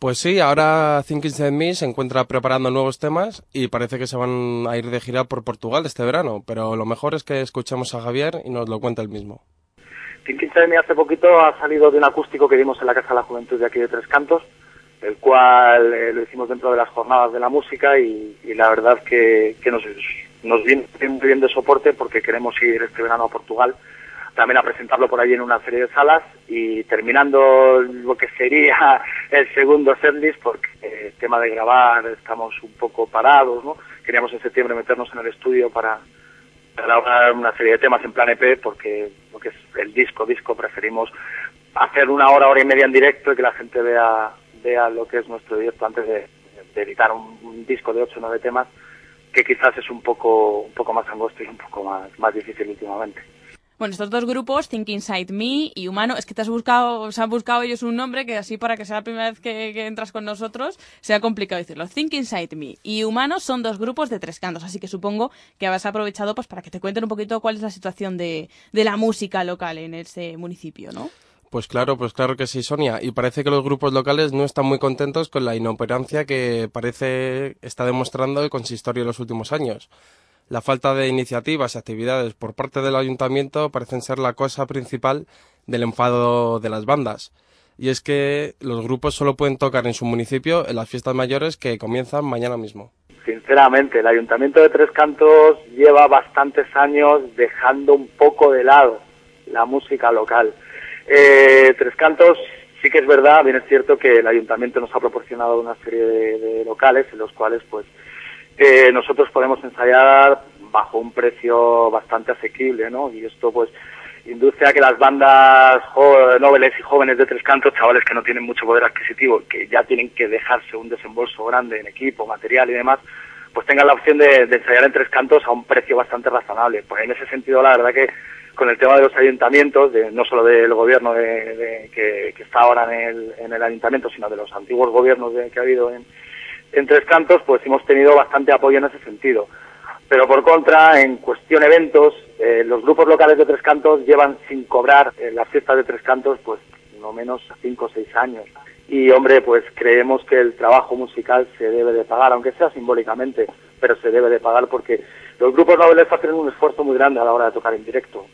Pues sí, ahora Thinking Inside Me se encuentra preparando nuevos temas y parece que se van a ir de gira por Portugal este verano, pero lo mejor es que escuchemos a Javier y nos lo cuente él mismo. Thinking Inside Me hace poquito ha salido de un acústico que dimos en la Casa de la Juventud de aquí de Tres Cantos, el cual eh, lo hicimos dentro de las jornadas de la música y, y la verdad que, que nos, nos viene muy bien de soporte porque queremos ir este verano a Portugal también a presentarlo por allí en una serie de salas y terminando lo que sería el segundo setlist porque eh, el tema de grabar estamos un poco parados, ¿no? Queríamos en septiembre meternos en el estudio para, para grabar una serie de temas en plan E P porque lo que es el disco, disco preferimos hacer una hora, hora y media en directo y que la gente vea vea lo que es nuestro directo antes de, de editar un, un disco de ocho o nueve temas que quizás es un poco un poco más angosto y un poco más, más difícil últimamente. Bueno, estos dos grupos, Think Inside Me y Humano, es que te has buscado, se han buscado ellos un nombre que así para que sea la primera vez que, que entras con nosotros, sea complicado decirlo. Think Inside Me y Humano son dos grupos de Tres Cantos, así que supongo que has aprovechado pues para que te cuenten un poquito cuál es la situación de, de la música local en ese municipio, ¿no? Pues claro, pues claro que sí, Sonia. Y parece que los grupos locales no están muy contentos con la inoperancia que parece está demostrando el consistorio en los últimos años. La falta de iniciativas y actividades por parte del ayuntamiento parecen ser la causa principal del enfado de las bandas. Y es que los grupos solo pueden tocar en su municipio en las fiestas mayores que comienzan mañana mismo. Sinceramente, el Ayuntamiento de Tres Cantos lleva bastantes años dejando un poco de lado la música local. Eh, Tres Cantos sí que es verdad, bien es cierto que el Ayuntamiento nos ha proporcionado una serie de, de locales en los cuales pues Eh, nosotros podemos ensayar bajo un precio bastante asequible, ¿no? Y esto pues induce a que las bandas nobles y jóvenes de Tres Cantos, chavales que no tienen mucho poder adquisitivo, que ya tienen que dejarse un desembolso grande en equipo, material y demás, pues tengan la opción de, de ensayar en Tres Cantos a un precio bastante razonable. Pues en ese sentido la verdad que con el tema de los ayuntamientos, de, no solo del gobierno de, de, que, que está ahora en el, en el ayuntamiento, sino de los antiguos gobiernos de, que ha habido en En Tres Cantos, pues hemos tenido bastante apoyo en ese sentido. Pero por contra, en cuestión eventos, eh, los grupos locales de Tres Cantos llevan sin cobrar en las fiestas de Tres Cantos, pues no menos cinco o seis años. Y hombre, pues creemos que el trabajo musical se debe de pagar, aunque sea simbólicamente, pero se debe de pagar porque los grupos nobles hacen un esfuerzo muy grande a la hora de tocar en directo.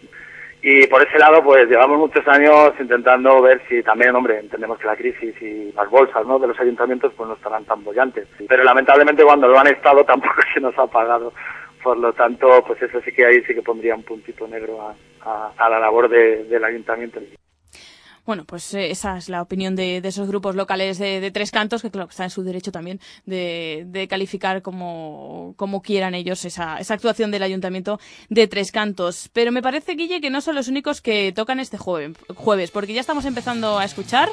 Y por ese lado, pues llevamos muchos años intentando ver si también, hombre, entendemos que la crisis y las bolsas, ¿no?, de los ayuntamientos pues no estarán tan bollantes. Pero lamentablemente cuando lo han estado tampoco se nos ha pagado. Por lo tanto, pues eso sí que ahí sí que pondría un puntito negro a, a, a la labor de, del ayuntamiento. Bueno, pues eh, esa es la opinión de, de esos grupos locales de, de Tres Cantos, que claro, está en su derecho también de, de calificar como, como quieran ellos esa, esa actuación del Ayuntamiento de Tres Cantos. Pero me parece, Guille, que no son los únicos que tocan este jueves, jueves porque ya estamos empezando a escuchar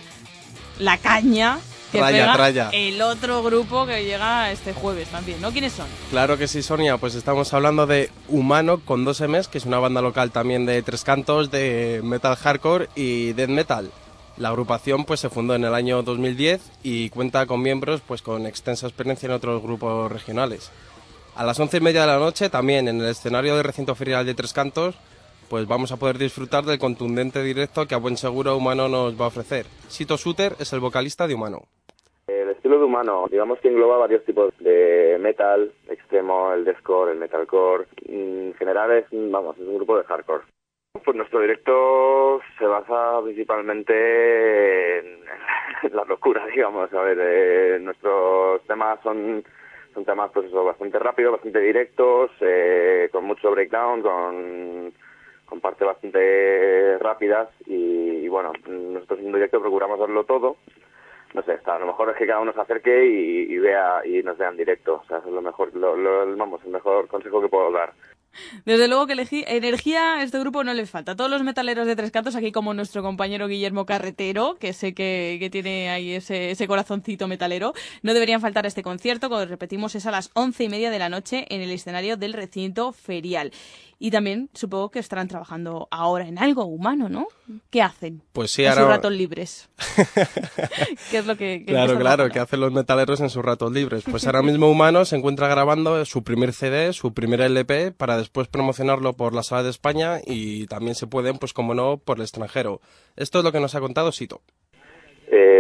la caña que Traya, pega traya. el otro grupo que llega este jueves también, ¿no? ¿Quiénes son? Claro que sí, Sonia, pues estamos hablando de Humano con dos emes, que es una banda local también de Tres Cantos, de metal hardcore y death metal. La agrupación pues se fundó en el año dos mil diez y cuenta con miembros pues con extensa experiencia en otros grupos regionales. A las once y media de la noche, también en el escenario del recinto ferial de Tres Cantos, pues vamos a poder disfrutar del contundente directo que a buen seguro Humano nos va a ofrecer. Sito Suter es el vocalista de Humano. El estilo de Humano, digamos que engloba varios tipos de metal, extremo, el deathcore, el metalcore. En general es, vamos, es un grupo de hardcore. Pues nuestro directo se basa principalmente en la locura, digamos. A ver, eh, nuestros temas son, son temas pues eso, bastante rápidos, bastante directos, eh, con mucho breakdown, con, con partes bastante rápidas y, y bueno, nosotros en directo procuramos darlo todo. No sé, a lo mejor es que cada uno se acerque y, y vea y nos vea en directo. O sea, eso es lo mejor, lo, lo, vamos, el mejor consejo que puedo dar. Desde luego que elegí, energía a este grupo no le falta. Todos los metaleros de Tres Cantos, aquí como nuestro compañero Guillermo Carretero, que sé que, que tiene ahí ese, ese corazoncito metalero, no deberían faltar a este concierto, como repetimos, es a las once y media de la noche en el escenario del recinto ferial. Y también supongo que estarán trabajando ahora en algo humano, ¿no? ¿Qué hacen? Pues sí, en ahora... sus ratos libres. ¿Qué es lo que, que Claro, claro, ¿qué hacen los metaleros en sus ratos libres? Pues ahora mismo Humano se encuentra grabando su primer ce de, su primer ele pe, para después promocionarlo por la sala de España y también se pueden, pues como no, por el extranjero. Esto es lo que nos ha contado Sito. Eh,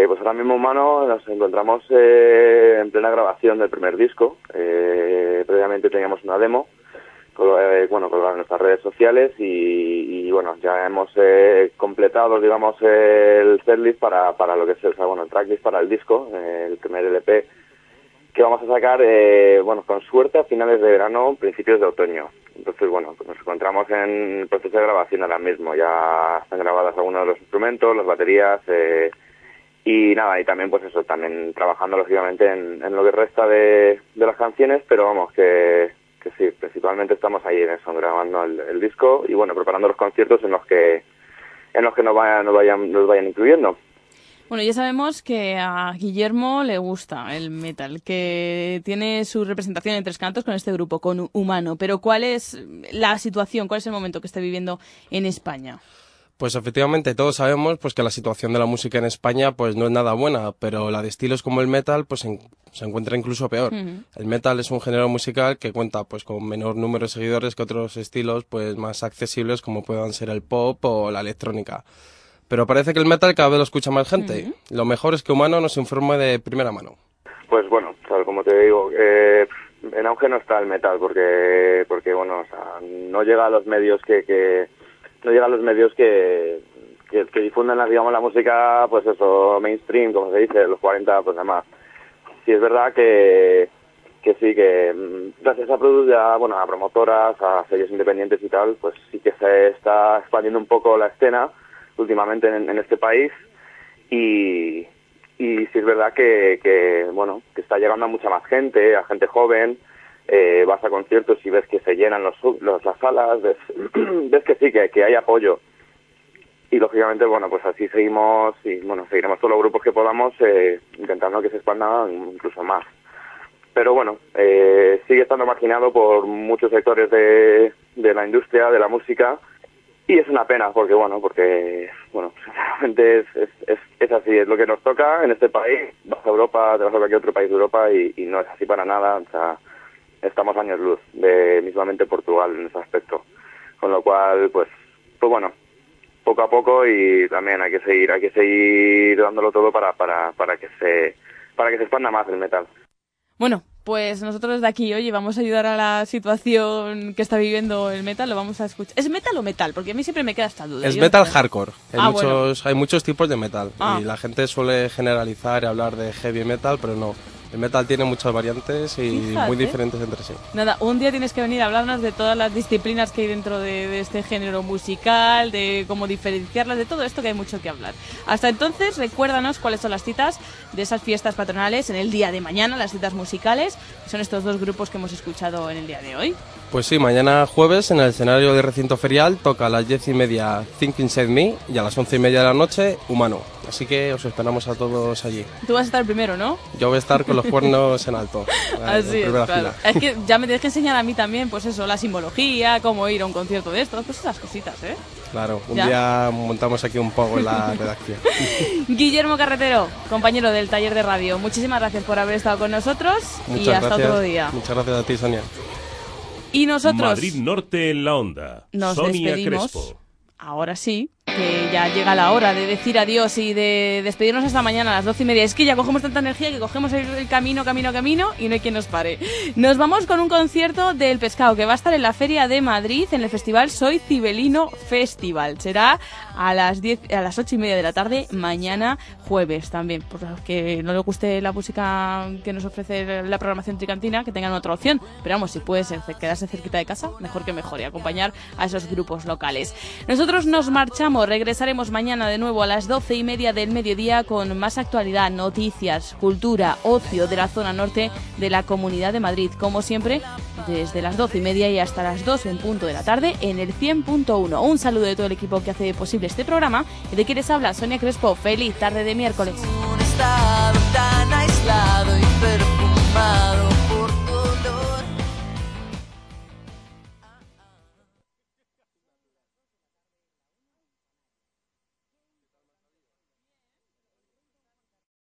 pues ahora mismo, Humano, nos encontramos eh, en plena grabación del primer disco. Eh, previamente teníamos una demo, eh, bueno, colgada en nuestras redes sociales y, y bueno, ya hemos eh, completado, digamos, el setlist para, para lo que es, o sea, bueno, el tracklist para el disco, eh, el primer L P, que vamos a sacar, eh, bueno, con suerte a finales de verano, principios de otoño. Entonces, bueno, pues nos encontramos en el proceso de grabación ahora mismo. Ya están grabadas algunos de los instrumentos, las baterías, eh, y nada, y también, pues eso, también trabajando, lógicamente, en, en lo que resta de, de las canciones, pero vamos, que, que sí, principalmente estamos ahí en eso, grabando el, el disco y, bueno, preparando los conciertos en los que en los que nos vayan, nos vayan, nos vayan incluyendo. Bueno, ya sabemos que a Guillermo le gusta el metal, que tiene su representación en Tres Cantos con este grupo, con Humano. Pero ¿cuál es la situación, cuál es el momento que está viviendo en España? Pues efectivamente todos sabemos pues que la situación de la música en España pues no es nada buena, pero la de estilos como el metal pues en, se encuentra incluso peor. Uh-huh. El metal es un género musical que cuenta pues con menor número de seguidores que otros estilos pues más accesibles como puedan ser el pop o la electrónica. Pero parece que el metal cada vez lo escucha más gente. Uh-huh. Lo mejor es que Humano nos informe de primera mano. Pues bueno, tal como te digo, eh, en auge no está el metal porque, porque bueno, o sea, no llega a los medios que, que no llega a los medios que, que, que difunden, la, digamos, la música, pues eso, mainstream, como se dice, los cuarenta, pues además. Sí es verdad que, que sí, que gracias a produce, a, bueno, a promotoras, a sellos independientes y tal, pues sí que se está expandiendo un poco la escena últimamente en, en este país y, y sí es verdad que, que bueno que está llegando a mucha más gente, a gente joven. Eh, vas a conciertos y ves que se llenan los, los las salas, ves, ves que sí, que, que hay apoyo y lógicamente bueno pues así seguimos y bueno seguiremos todos los grupos que podamos eh, intentando que se expanda incluso más, pero bueno eh, sigue estando marginado por muchos sectores de, de la industria de la música. Y es una pena, porque bueno, porque bueno, sinceramente es, es, es, es así, es lo que nos toca en este país. Vas a Europa, te vas a cualquier otro país de Europa y, y no es así para nada. O sea, estamos años luz de mismamente Portugal en ese aspecto. Con lo cual, pues, pues bueno, poco a poco y también hay que seguir, hay que seguir dándolo todo para, para, para que se, para que se expanda más el metal. Bueno, pues nosotros de aquí, oye, vamos a ayudar a la situación que está viviendo el metal, lo vamos a escuchar. ¿Es metal o metal? Porque a mí siempre me queda esta duda. Es Yo metal no sé. hardcore. Hay, ah, muchos, bueno. hay muchos tipos de metal. Ah. Y la gente suele generalizar y hablar de heavy metal, pero no. El metal tiene muchas variantes y Fíjate. muy diferentes entre sí. Nada, un día tienes que venir a hablarnos de todas las disciplinas que hay dentro de, de este género musical, de cómo diferenciarlas, de todo esto que hay mucho que hablar. Hasta entonces, recuérdanos cuáles son las citas de esas fiestas patronales en el día de mañana, las citas musicales, que son estos dos grupos que hemos escuchado en el día de hoy. Pues sí, mañana jueves en el escenario del recinto ferial toca a las diez y media Think Inside Me y a las once y media de la noche Humano. Así que os esperamos a todos allí. Tú vas a estar primero, ¿no? Yo voy a estar con los cuernos en alto. Así en es, claro. fila. Es que ya me tienes que enseñar a mí también, pues eso, la simbología, cómo ir a un concierto de estos, pues esas cositas, ¿eh? Claro, un ¿Ya? día montamos aquí un poco en la redacción. Guillermo Carretero, compañero del taller de radio, muchísimas gracias por haber estado con nosotros. Muchas y hasta gracias. otro día. Muchas gracias a ti, Sonia. Y nosotros Madrid Norte en la onda. nos Sonia despedimos. Crespo. Ahora sí, que ya llega la hora de decir adiós y de despedirnos hasta mañana a las doce y media. Es que ya cogemos tanta energía que cogemos el, el camino, camino, camino y no hay quien nos pare. Nos vamos con un concierto del Pescado que va a estar en la Feria de Madrid en el festival Soy Cibelino Festival. Será a las diez, a las ocho y media de la tarde mañana jueves también. Por los que no les guste la música que nos ofrece la programación tricantina, que tengan otra opción. Pero vamos, si puede ser quedarse cerquita de casa, mejor que mejor y acompañar a esos grupos locales. Nosotros nos marchamos, regresaremos mañana de nuevo a las doce y media del mediodía con más actualidad, noticias, cultura, ocio de la zona norte de la Comunidad de Madrid. Como siempre, desde las doce y media y hasta las dos en punto de la tarde en el cien punto uno. Un saludo de todo el equipo que hace posible este programa y de quien les habla Sonia Crespo. Feliz tarde de miércoles.